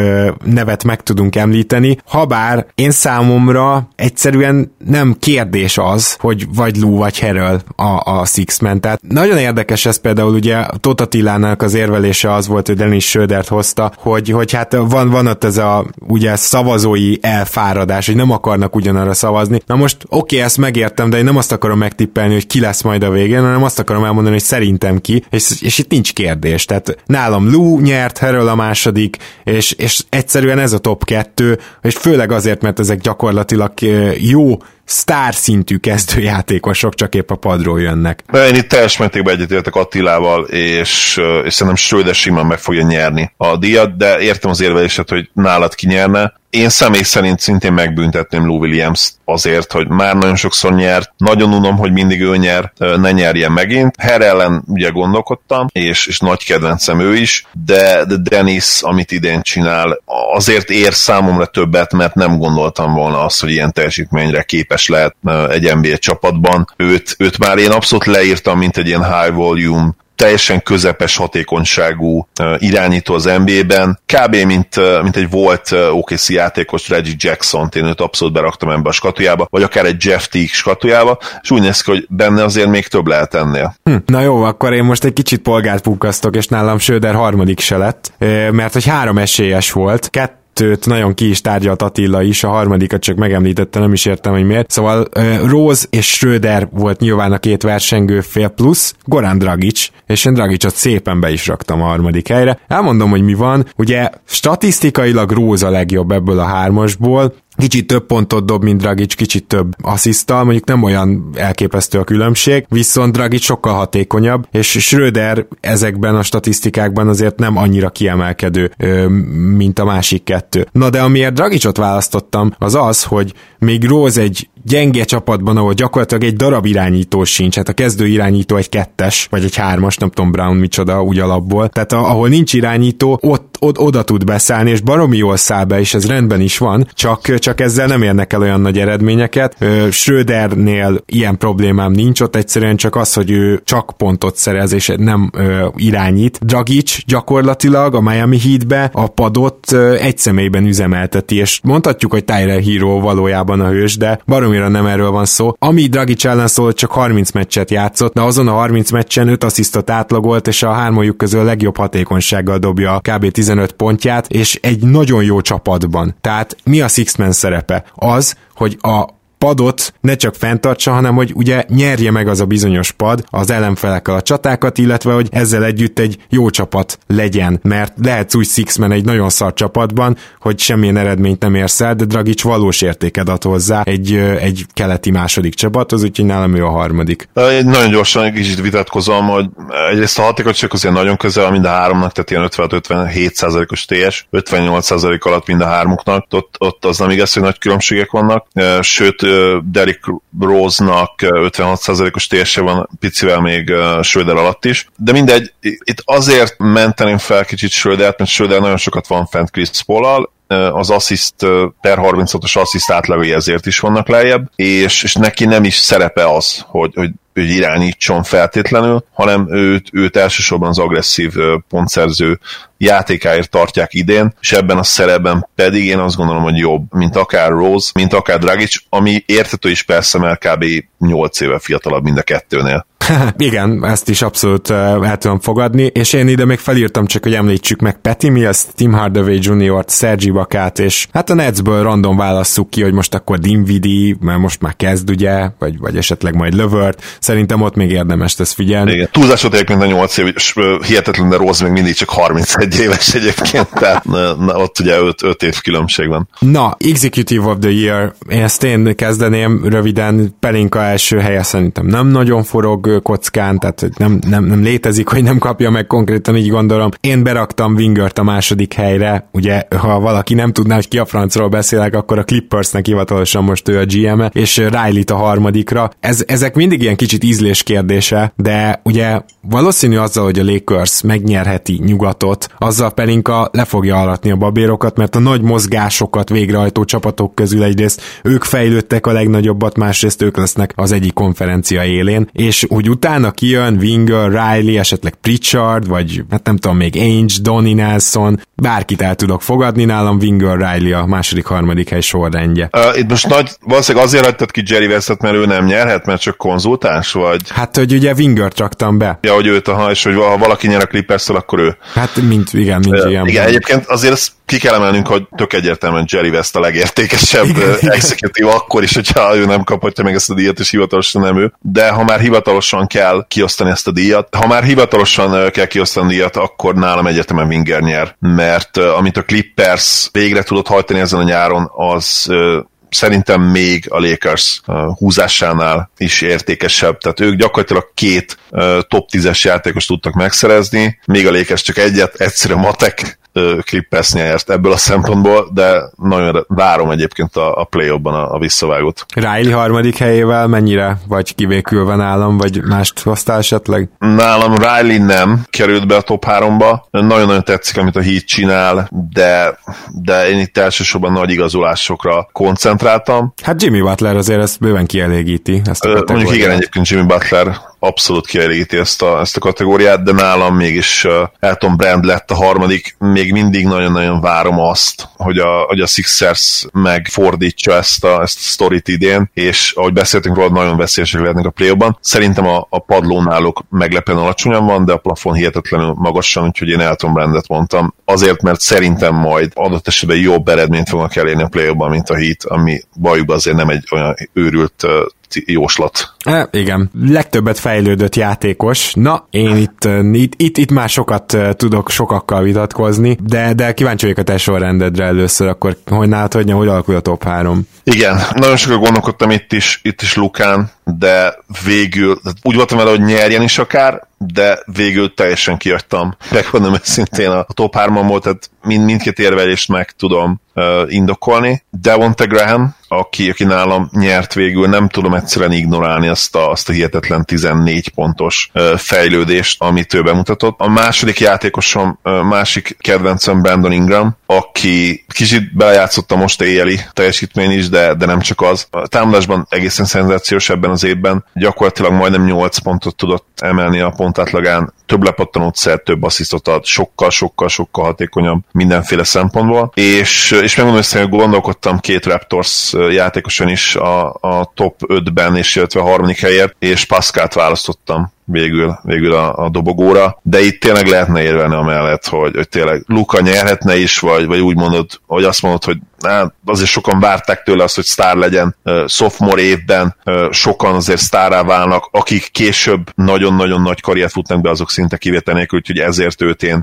nevet meg tudunk említeni, habár én számomra egyszerűen nem kérdés az, hogy vagy Lou vagy Harrell a Sixth Man. Tehát nagyon érdekes ez például, ugye Tóth Attilának az érvelése az volt, hogy Dennis Schrödert hozta, hogy hát van ott ez a ugye szavazói elfáradás, hogy nem akarnak ugyanarra szavazni. Na most oké, ezt megértem, de én nem azt akarom megtippelni, hogy ki lesz majd a végén, hanem azt akarom elmondani, hogy szerintem ki, és itt nincs kérdés. Tehát nálam Lou nyert, Harrell a második, és egyszerűen ez a top 2, és főleg azért, mert ezek gyakorlatilag jó sztár szintű kezdőjátékosok, csak épp a padról jönnek. Én itt teljes mértékben egyetértek Attilával, és szerintem Schröder simán meg fogja nyerni a díjat, de értem az érvelésed, hogy nálad ki nyerne. Én személy szerint szintén megbüntetném Lou Williams azért, hogy már nagyon sokszor nyert, nagyon unom, hogy mindig ő nyer, ne nyerjen megint. Harrell ellen ugye gondolkodtam, és nagy kedvencem ő is, de Dennis, amit idén csinál, azért ér számomra többet, mert nem gondoltam volna azt, hogy ilyen teljesítményre képes lehet egy NBA csapatban. Őt már én abszolút leírtam, mint egy ilyen high volume, teljesen közepes hatékonyságú irányító az NBA-ben, kb. mint egy volt OKC játékos Reggie Jackson-t, én őt abszolút beraktam ebbe a skatujába, vagy akár egy Jeff Teague skatujába, és úgy néz ki, hogy benne azért még több lehet ennél. Na jó, akkor én most egy kicsit polgárt pukkasztok, és nálam Schröder harmadik se lett, mert hogy 3 esélyes volt, kettőt nagyon ki is tárgyalt Attila is, a harmadikat csak megemlítette, nem is értem, hogy miért. Szóval Rose és Schröder volt nyilván a 2 versengő fél plusz Goran Dragic, és én Dragicot szépen be is raktam a harmadik helyre. Elmondom, hogy mi van. Ugye statisztikailag Rose a legjobb ebből a 3-asból, kicsit több pontot dob, mint Dragic, kicsit több assziszttal, mondjuk nem olyan elképesztő a különbség, viszont Dragic sokkal hatékonyabb, és Schröder ezekben a statisztikákban azért nem annyira kiemelkedő, mint a másik 2. Na de amiért Dragicot választottam, az az, hogy még Rose egy gyenge csapatban, ahol gyakorlatilag egy darab irányító sincs, hát a kezdő irányító egy 2-es, vagy egy 3-as, nem tudom Brown micsoda, úgy alapból. Tehát ahol nincs irányító, ott oda tud beszállni, és baromi jól száll be, és ez rendben is van, csak ezzel nem érnek el olyan nagy eredményeket. Schrödernél ilyen problémám nincs, ott egyszerűen csak az, hogy ő csak pontot szerez, és nem irányít. Dragic gyakorlatilag a Miami Heatbe a padot egy személyben üzemelteti, és mondhatjuk, hogy Tyler Hero valójában a hős, de baromira nem erről van szó. Ami Dragic ellen szól, hogy csak 30 meccset játszott, de azon a 30 meccsen 5 asszisztot átlagolt, és a 3 közül a legjobb hatékonysággal dobja a kb. 15 pontját, és egy nagyon jó csapatban. Tehát mi a Sixth Man szerepe? Az, hogy a padot ne csak fenntartsa, hanem hogy ugye nyerje meg az a bizonyos pad az ellenfelekkel a csatákat, illetve hogy ezzel együtt egy jó csapat legyen, mert lehetsz úgy Sixth-man egy nagyon szar csapatban, hogy semmilyen eredményt nem érsz el, de Dragic valós értéket ad hozzá egy keleti második csapathoz, úgyhogy nálam ő a harmadik. Nagyon gyorsan egy kicsit vitatkozom, hogy egyrészt a hatékonyság azért nagyon közel mind a 3-nak, tehát ilyen 56-57%-os TS, 58% alatt mind a 3-uknak, ott az nem igaz, hogy nagy különbségek vannak, sőt Derrick Rose-nak 56%-os TS-e van, picivel még Schröder alatt is. De mindegy, itt azért menteném fel kicsit Schrödert, mert Schröder nagyon sokat van fent Chris Paul-al, az assziszt per 36-os assziszt átlagai ezért is vannak lejjebb, és neki nem is szerepe az, hogy irányítson feltétlenül, hanem őt elsősorban az agresszív pontszerző játékáért tartják idén, és ebben a szerepben pedig én azt gondolom, hogy jobb, mint akár Rose, mint akár Dragic, ami érthető is persze, mert kb. 8 éve fiatalabb mind a 2-nél. Igen, ezt is abszolút el tudom fogadni, és én ide még felírtam csak, hogy említsük meg Patty Mills, Tim Hardaway Jr.-t, Serge Ibakát, és hát a Netsből random válasszuk ki, hogy most akkor Dinwiddie, mert most már kezd ugye, vagy esetleg majd Levert, szerintem ott még érdemes ezt figyelni. Igen, túlzásot érek, mint a 8 év, és hihetetlen, de Rose még mindig csak 31 éves egyébként, tehát ott ugye 5 év különbség van. Na, Executive of the Year, ezt én kezdeném röviden, Pelinka első helye szerintem nem nagyon forog, kockán, tehát nem létezik, hogy nem kapja meg, konkrétan így gondolom. Én beraktam Wingert a második helyre, ugye ha valaki nem tudná, hogy ki a francról beszélek, akkor a Clippersnek hivatalosan most ő a GM-e, és Riley-t a harmadikra. Ezek mindig ilyen kicsit ízlés kérdése, de ugye valószínű azzal, hogy a Lakers megnyerheti nyugatot, azzal Pelinka le fogja aratni a babérokat, mert a nagy mozgásokat végrehajtó csapatok közül egyrészt ők fejlődtek a legnagyobbat, másrészt ők lesznek az egyik konferencia élén, és úgy utána kijön Winger, Riley, esetleg Pritchard, vagy hát nem tudom, még Ainge, Donnie Nelson, bárkit el tudok fogadni, nálam Winger, Riley a második, harmadik hely sorrendje. Itt most valószínűleg azért hagytad ki Jerry Westet, mert ő nem nyerhet, mert csak konzultáns, vagy? Hát, hogy ugye Wingert raktam be. Ja, hogy őt, és hogy ha valaki nyer a Clippers-től, akkor ő. Hát, mint ilyen. Igen, egyébként azért ezt ki kell emelnünk, hogy tök egyértelműen Jerry West a legértékesebb executive akkor is, hogyha ő nem kaphatja meg ezt a díjat, és hivatalosan nem ő. De ha már hivatalosan kell kiosztani ezt a díjat, akkor nálam egyértelműen Winger nyer, mert amit a Clippers végre tudott hajtani ezen a nyáron, az szerintem még a Lakers húzásánál is értékesebb, tehát ők gyakorlatilag 2 top 10-es játékos tudtak megszerezni, még a Lakers csak egyszerűen matek, Clippers nyert ebből a szempontból, de nagyon várom egyébként a play-offban a visszavágót. Riley harmadik helyével mennyire vagy kivékülve nálam, vagy mást hoztál esetleg? Nálam Riley nem került be a top 3-ba. Nagyon-nagyon tetszik, amit a Heat csinál, de én itt elsősorban nagy igazolásokra koncentráltam. Hát Jimmy Butler azért ezt bőven kielégíti. Ezt a mondjuk igen, egyébként Jimmy Butler abszolút kielégíti ezt a kategóriát, de nálam mégis Elton Brand lett a harmadik. Még mindig nagyon-nagyon várom azt, hogy a Sixers megfordítsa ezt a sztorit idén, és ahogy beszéltünk róla, nagyon veszélyesek lehetnek a play-offban. Szerintem a padló náluk meglepően alacsonyan van, de a plafon hihetetlenül magasan, úgyhogy én Elton Brandet mondtam. Azért, mert szerintem majd adott esetben jobb eredményt fognak elérni a play-offban, mint a Heat, ami bajuk azért nem egy olyan őrült jóslat. Igen, legtöbbet fejlődött játékos. Na, én itt már sokat tudok sokakkal vitatkozni, de kíváncsi vagyok a te sorrendedre először, akkor hogy nálad, hogy alakul a top 3? Igen, nagyon sokat gondolkodtam itt is Lukán, de végül úgy voltam vele, hogy nyerjen is akár, de végül teljesen kiadtam. Megmondom őszintén, a top 3-on tehát mindkét érvelést meg tudom indokolni. Devonte Graham, aki nálam nyert végül, nem tudom egyszerűen ignorálni azt a hihetetlen 14 pontos fejlődést, amit ő bemutatott. A második játékosom, másik kedvencem Brandon Ingram, aki kicsit belejátszott a most éjjeli teljesítmény is, de nem csak az. A támadásban egészen szenzációs ebben az évben. Gyakorlatilag majdnem 8 pontot tudott emelni a pontátlagán, több lepattanót szert, több asszisztot ad, sokkal hatékonyabb mindenféle szempontból. És megmondom, hogy gondolkodtam 2 Raptors játékoson is a top 5-ben, és illetve a harmadik helyért, és Pascalt választottam végül a dobogóra, de itt tényleg lehetne érvelni amellett, hogy tényleg Luka nyerhetne is, vagy úgy mondod, hogy azt mondod, hogy azért sokan várták tőle azt, hogy sztár legyen. Sophomore évben sokan azért sztárrá válnak, akik később nagyon-nagyon nagy karriert futnak be, azok szinte kivétel nélkül, úgyhogy ezért őt én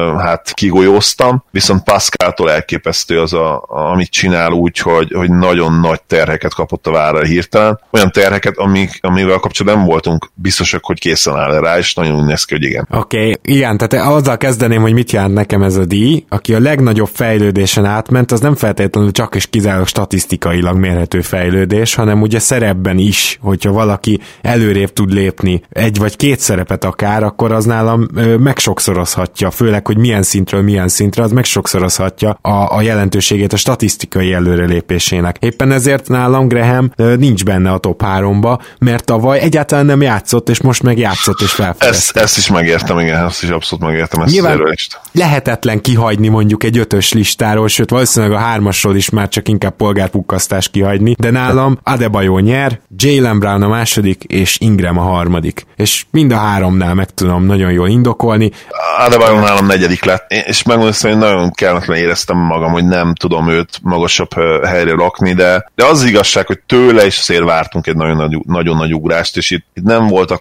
kigolyóztam. Viszont Pascaltól elképesztő az, amit csinál úgy, hogy nagyon nagy terheket kapott a vállra hirtelen. Olyan terheket, amivel kapcsolatban nem voltunk biztosak, hogy készen áll rá, és nagyon úgy néz ki, hogy igen. Oké, igen, tehát azzal kezdeném, hogy mit jelent nekem ez a díj. Aki a legnagyobb fejlődésen átment, az nem feltétlenül csak és kizárólag statisztikailag mérhető fejlődés, hanem ugye szerepben is, hogyha valaki előrébb tud lépni 1 vagy 2 szerepet akár, akkor az nálam megsokszorozhatja, főleg, hogy milyen szintre, az megsokszorozhatja a jelentőségét a statisztikai előrelépésének. Éppen ezért nálam Graham nincs benne a top 3-ba, mert tavaly egyáltalán nem játszott, és most meg játszott és felfedezte. Ezt is megértem, igen, ezt is abszolút megértem, ezt nyilván lehetetlen kihagyni mondjuk egy 5-ös listáról, sőt valószínűleg a 3-asról is már csak inkább polgárpukkasztás kihagyni, de nálam Adebayo nyer, Jaylen Brown a második, és Ingram a harmadik. És mind a 3-nál meg tudom nagyon jól indokolni. Adebayo nálam 4. lett, és megmondom, hogy nagyon kellemetlen éreztem magam, hogy nem tudom őt magasabb helyre rakni, de az igazság, hogy tőle is azért vártunk egy nagyon nagy ugrást, és itt nem volt akkora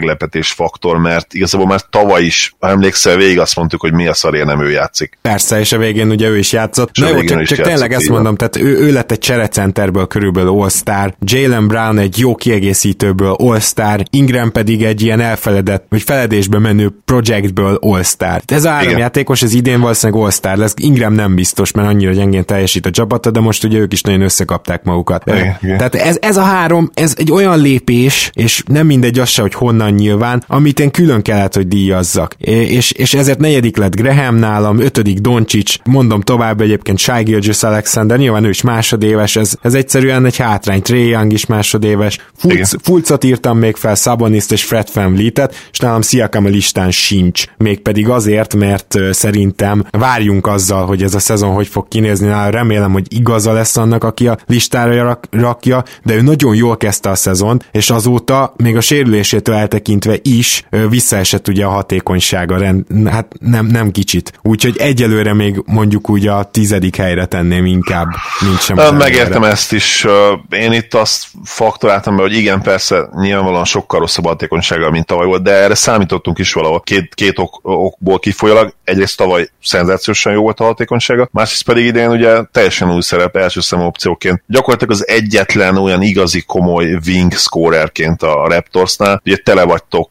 meglepetés faktor, mert igazából már tavaly is, ha emlékszel, végig azt mondtuk, hogy mi a szarért nem ő játszik. Persze, és a végén ugye ő is játszott. Na jó, csak tényleg ezt mondom, tehát ő lett egy cserecenterből körülbelül All-Star, Jaylen Brown egy jó kiegészítőből All-Star, Ingram pedig egy ilyen elfeledett, vagy feledésbe menő projektből All-Star. Ez a három játékos, ez idén valószínűleg All-Star lesz. Ingram nem biztos, mert annyira gyengén teljesít a csapata, de most ugye ők is nagyon összekapták magukat. Igen. Tehát ez a három, ez egy olyan lépés, és nem mindegy az se, hogy honnan nyilván, amit én külön kellett, hogy díjazzak. És ezért negyedik lett Graham nálam, ötödik Doncic, mondom tovább egyébként Shai Gilgeous-Alexander, nyilván ő is másodéves, ez egyszerűen egy hátrány, Trae Young is másodéves, Fulcot írtam még fel, Saboniszt és Fred VanVleetet, és nálam Siakam a listán sincs, mégpedig azért, mert szerintem várjunk azzal, hogy ez a szezon hogy fog kinézni, remélem, hogy igaza lesz annak, aki a listára rakja, de ő nagyon jól kezdte a szezon, és azóta még a sérülésétől eltekintve is visszaesett ugye a hatékonysága, hát nem kicsit. Úgyhogy egyelőre még mondjuk úgy a 10. helyre tenném inkább, mint sem. Megértem ezt is. Én itt azt faktoráltam be, hogy igen, persze nyilvánvalóan sokkal rosszabb hatékonysággal, mint tavaly volt, de erre számítottunk is valahol. Két okból kifolyólag. Egyrészt tavaly szenzációsan jó volt a hatékonysága, másrészt pedig idén ugye teljesen új szerep, első számú opcióként. Gyakorlatilag az egyetlen olyan igazi komoly wing scorerként a Raptorsnál, ugye tele vagytok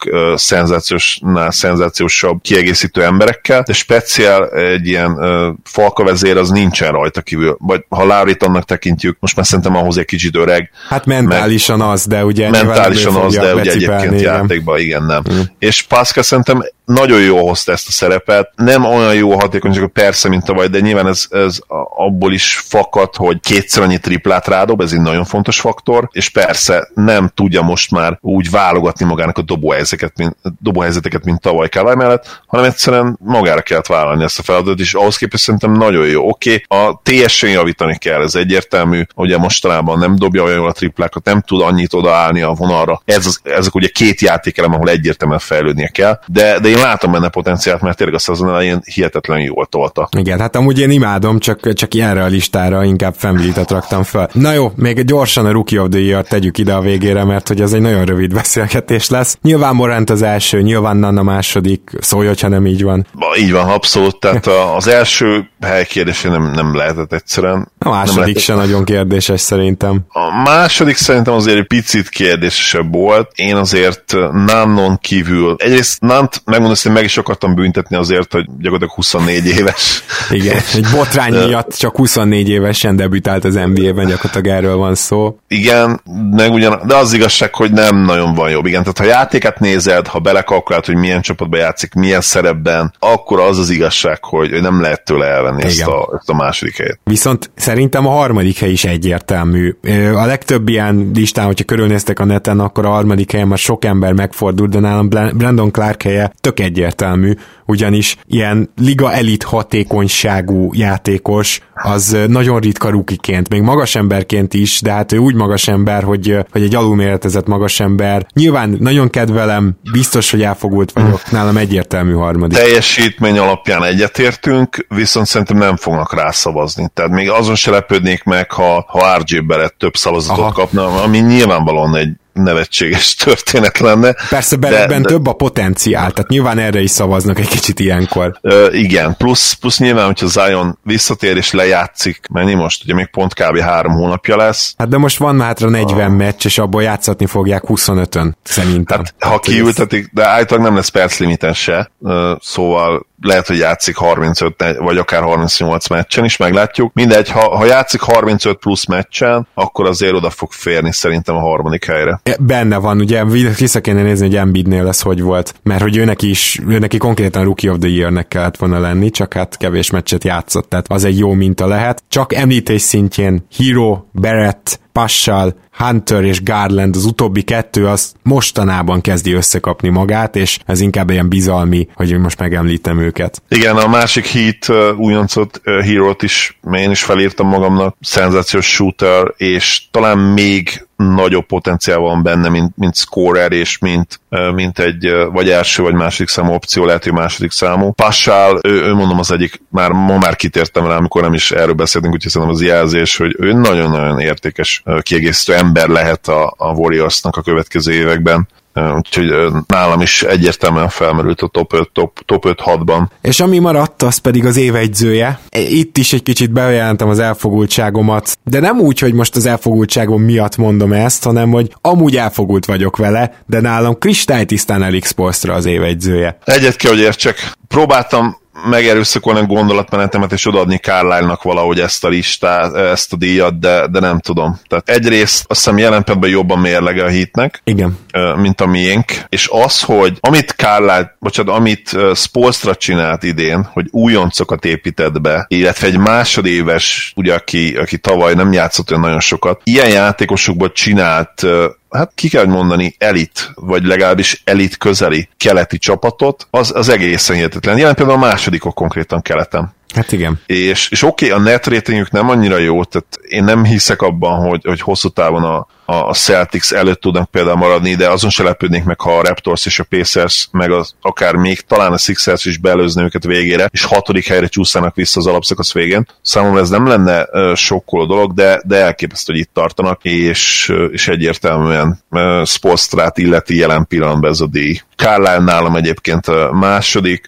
szenzációsabb kiegészítő emberekkel, de speciál egy ilyen falkavezér az nincsen rajta kívül, vagy ha Lowryt annak tekintjük, most már szerintem ahhoz egy kicsit öreg. Hát mentálisan az, de ugye mentálisan az, de ugye egyébként játékban igen nem. És Pascal szerintem nagyon jó hozta ezt a szerepet, nem olyan jó hatékonyság, persze, mint tavaly, de nyilván ez abból is fakad, hogy kétszer annyi triplát rádob, ez egy nagyon fontos faktor, és persze nem tudja most már úgy válogatni magának a dobóhelyzeteket, mint tavaly Kawhi mellett, hanem egyszerűen magára kellett vállalni ezt a feladatot, és ahhoz képest szerintem nagyon jó. Oké, a TS-en javítani kell, ez egyértelmű, ugye mostanában nem dobja olyan jól a triplákat, nem tud annyit odaállni a vonalra. Ezek ugye két játékelem, ahol egyértelműen fejlődnie kell, de én látom benne potenciált, mert tényleg a szezon elején hihetetlen jól tolta. Igen, hát amúgy én imádom, csak ilyenre a listára inkább VanVleetet raktam fel. Na jó, még gyorsan a Rookie of the Year tegyük ide a végére, mert hogy ez egy nagyon rövid beszélgetés lesz. Nyilván Morant az első, nyilván Nunn a második, szólj, hogyha nem így van. Így van, abszolút, tehát az első hely kérdésé nem lehetett egyszerűen. A második se nagyon kérdéses szerintem. A második szerintem azért egy picit kérdésesebb volt. Én azért Nunnon kívül, egyrészt Nunnt megmondom, hogy meg is akartam büntetni azért, hogy gyakorlatilag 24 éves. Igen, egy botrány miatt csak 24 évesen debütált az NBA-ben, gyakorlatilag erről van szó. Igen, de az igazság, hogy nem nagyon van jobb. Igen, tehát ha játékát nézed, ha belekalkulálod, hogy milyen csapatban játszik, milyen szerepben, akkor az igazság, hogy nem lehet tőle elvenni ezt a második helyet. Viszont szerintem a harmadik hely is egyértelmű. A legtöbb ilyen listán, hogyha körülnéztek a neten, akkor a harmadik helyen már sok ember megfordult, de nálam Brandon Clark helye tök egyértelmű, ugyanis ilyen liga elit hatékonyságú játékos, az nagyon ritka rukiként, még magas emberként is, de hát ő úgy magas ember, hogy egy alulméretezett magas ember. Nyilván nagyon kedvelem, biztos, hogy elfogult vagyok, nálam egyértelmű harmadik. Teljesítmény alapján egyetértünk, viszont szerintem nem fognak rászavazni. Tehát még azon se lepődnék meg, ha RJ Barrett több szavazatot kapna, ami nyilvánvalóan egy nevetséges történet lenne. Persze Barrettben több a potenciál, tehát nyilván erre is szavaznak egy kicsit ilyenkor. Igen, plusz nyilván, hogyha Zion visszatér és lejátszik, mennyi most, ugye még pont kb. 3 hónapja lesz. Hát de most van hátra 40 meccs, és abból játszatni fogják 25-ön, szerintem. Hát, ha kiültetik, de állítólag nem lesz perclimiten se, szóval lehet, hogy játszik 35 vagy akár 38 meccsen is, meglátjuk. Mindegy, ha játszik 35 plusz meccsen, akkor azért oda fog férni szerintem a harmadik helyre. Benne van, ugye vissza kéne nézni, hogy Embiidnél ez hogy volt, mert hogy őneki konkrétan Rookie of the Year-nek kellett volna lenni, csak hát kevés meccset játszott, tehát az egy jó minta lehet. Csak említés szintjén Hero, Barrett, Paschal, Hunter és Garland, az utóbbi kettő az mostanában kezdi összekapni magát, és ez inkább ilyen bizalmi, hogy most megemlítem őket. Igen, a másik Heat újoncot, Hero-t is én is felírtam magamnak, szenzációs shooter, és talán még nagyobb potenciál van benne, mint scorer, és mint egy vagy első, vagy második számú opció, lehet, hogy második számú. Paschal, ő mondom az egyik, ma már kitértem rá, amikor nem is erről beszéltünk, úgyhogy szerintem az jelzés, hogy ő nagyon-nagyon értékes kiegészítő ember lehet a Warriorsnak a következő években. Úgyhogy nálam is egyértelműen felmerült a top 5-6-ban. És ami maradt, az pedig az évegyzője. Itt is egy kicsit bejelentem az elfogultságomat, de nem úgy, hogy most az elfogultságom miatt mondom ezt, hanem hogy amúgy elfogult vagyok vele, de nálam kristálytisztán Alex Spoelstra az évegyzője. Egyet kell, hogy értsek. Próbáltam megerőszakolni a gondolatmenetemet és odaadni Carlisle-nak valahogy ezt a listát, ezt a díjat, de nem tudom. Tehát egyrészt azt hiszem jelen pillanatban jobban mérlege a Heatnek, igen, mint a miénk, és az, hogy amit Spoelstra csinált idén, hogy újoncokat épített be, illetve egy másodéves, ugye aki tavaly nem játszott olyan nagyon sokat, ilyen játékosokból csinált hát ki kell mondani elit, vagy legalábbis elit közeli keleti csapatot, az egészen hihetetlen. Jelen például a másodikok konkrétan keleten. Hát igen. És oké, a net ratingük nem annyira jó, tehát én nem hiszek abban, hogy hosszú távon a Celtics előtt tudnak például maradni, de azon se lepődnék meg, ha a Raptors és a Pacers, meg akár még talán a Sixers is beelőzni őket végére, és 6. helyre csúszának vissza az alapszakasz végén. Számomra ez nem lenne sokkoló dolog, de elképesztő, hogy itt tartanak, és egyértelműen Spoelstrát illeti jelen pillanatban ez a díj. Carlisle nálam egyébként a második,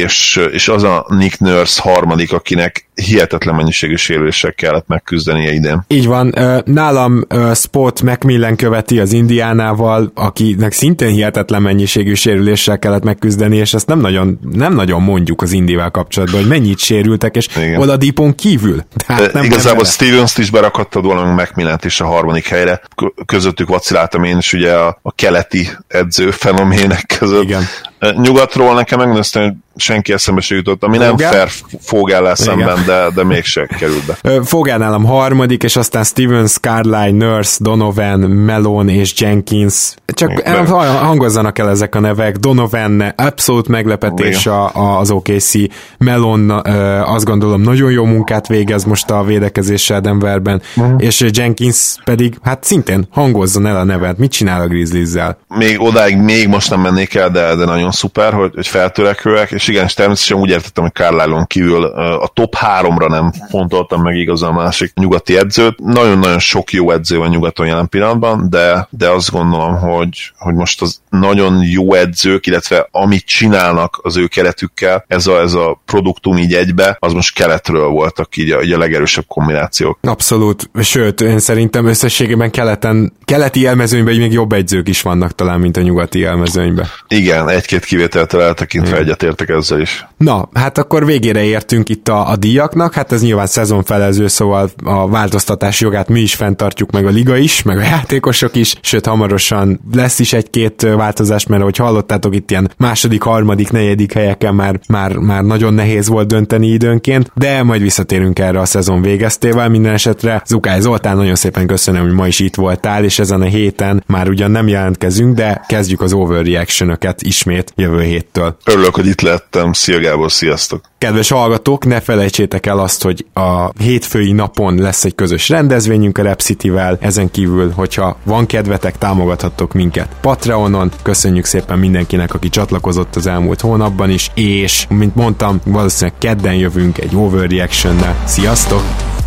és az a Nick Nurse harmadik, akinek hihetetlen mennyiségű sérüléssel kellett megküzdenie idén. Így van, nálam Spot McMillan követi az Indiánával, akinek szintén hihetetlen mennyiségű sérüléssel kellett megküzdeni, és ezt nem nagyon mondjuk az Indivel kapcsolatban, hogy mennyit sérültek, és Oladipon kívül. Igazából Stevens-t is berakhattad volna, McMillant is a harmadik helyre. Közöttük vaciláltam én is ugye a keleti edző fenomének között. Igen. Nyugatról nekem megmondom, hogy senki eszembe se jutott, ami nem fair Fogel szemben, de mégse került be. Fogel nálam harmadik, és aztán Stevens, Carlisle, Nurse, Donovan, Malone és Jenkins. Csak hangozzanak el ezek a nevek. Donovan abszolút meglepetés az OKC. Malone azt gondolom nagyon jó munkát végez most a védekezéssel Denverben, és Jenkins pedig hát szintén hangozzon el a nevet. Mit csinál a Grizzlies-zel? Még odáig még most nem mennék el, de nagyon szuper, hogy feltörekvőek, és igen, és természetesen úgy értettem, hogy Carlisle-on kívül a top 3-ra nem fontoltam meg igazán a másik nyugati edzőt. Nagyon-nagyon sok jó edző van nyugaton jelen pillanatban, de azt gondolom, hogy most az nagyon jó edzők, illetve amit csinálnak az ő keretükkel, ez a produktum így egybe, az most keletről voltak így a legerősebb kombinációk. Abszolút, sőt, én szerintem összességében keleti élmezőnyben még jobb edzők is vannak talán, mint a nyugati élmezőnyben. Igen, egy-két kivételtől eltekintve egyetértek ezzel is. Na, hát akkor végére értünk itt a díjaknak, hát ez nyilván szezonfelező, szóval a változtatás jogát mi is fenntartjuk, meg a liga is, meg a játékosok is, sőt hamarosan lesz is egy-két változás, mert ahogy hallottátok, itt ilyen második, harmadik, negyedik helyeken már nagyon nehéz volt dönteni időnként, de majd visszatérünk erre a szezon végeztével. Minden esetre Zukály Zoltán, nagyon szépen köszönöm, hogy ma is itt voltál, és ezen a héten már ugyan nem jelentkezünk, de kezdjük az overreaction-öket ismét jövő héttől. Örülök, hogy itt lettem. Szia Gábor, sziasztok! Kedves hallgatók, ne felejtsétek el azt, hogy a hétfői napon lesz egy közös rendezvényünk a Rep City-vel, ezen kívül, hogyha van kedvetek, támogathattok minket Patreonon. Köszönjük szépen mindenkinek, aki csatlakozott az elmúlt hónapban is, és, mint mondtam, valószínűleg kedden jövünk egy overreaction-nel. Sziasztok!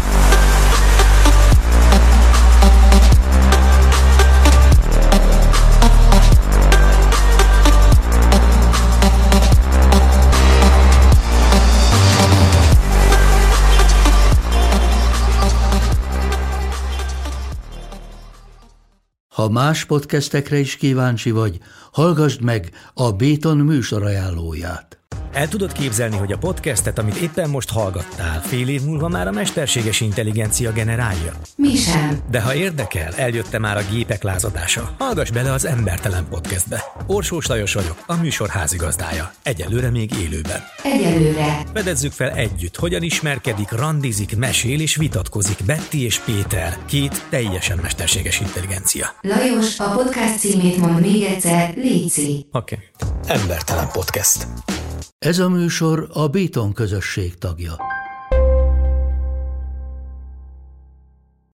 Ha más podcastekre is kíváncsi vagy, hallgassd meg a Béton műsor ajánlóját. El tudod képzelni, hogy a podcastet, amit éppen most hallgattál, fél év múlva már a mesterséges intelligencia generálja? Mi sem. De ha érdekel, eljött már a gépek lázadása. Hallgass bele az Embertelen Podcastbe. Orsós Lajos vagyok, a műsor házigazdája. Egyelőre még élőben. Egyelőre. Fedezzük fel együtt, hogyan ismerkedik, randizik, mesél és vitatkozik Betty és Péter, két teljesen mesterséges intelligencia. Lajos, a podcast címét mond még egyszer, léci. Oké. Embertelen Podcast. Ez a műsor a Béton közösség tagja.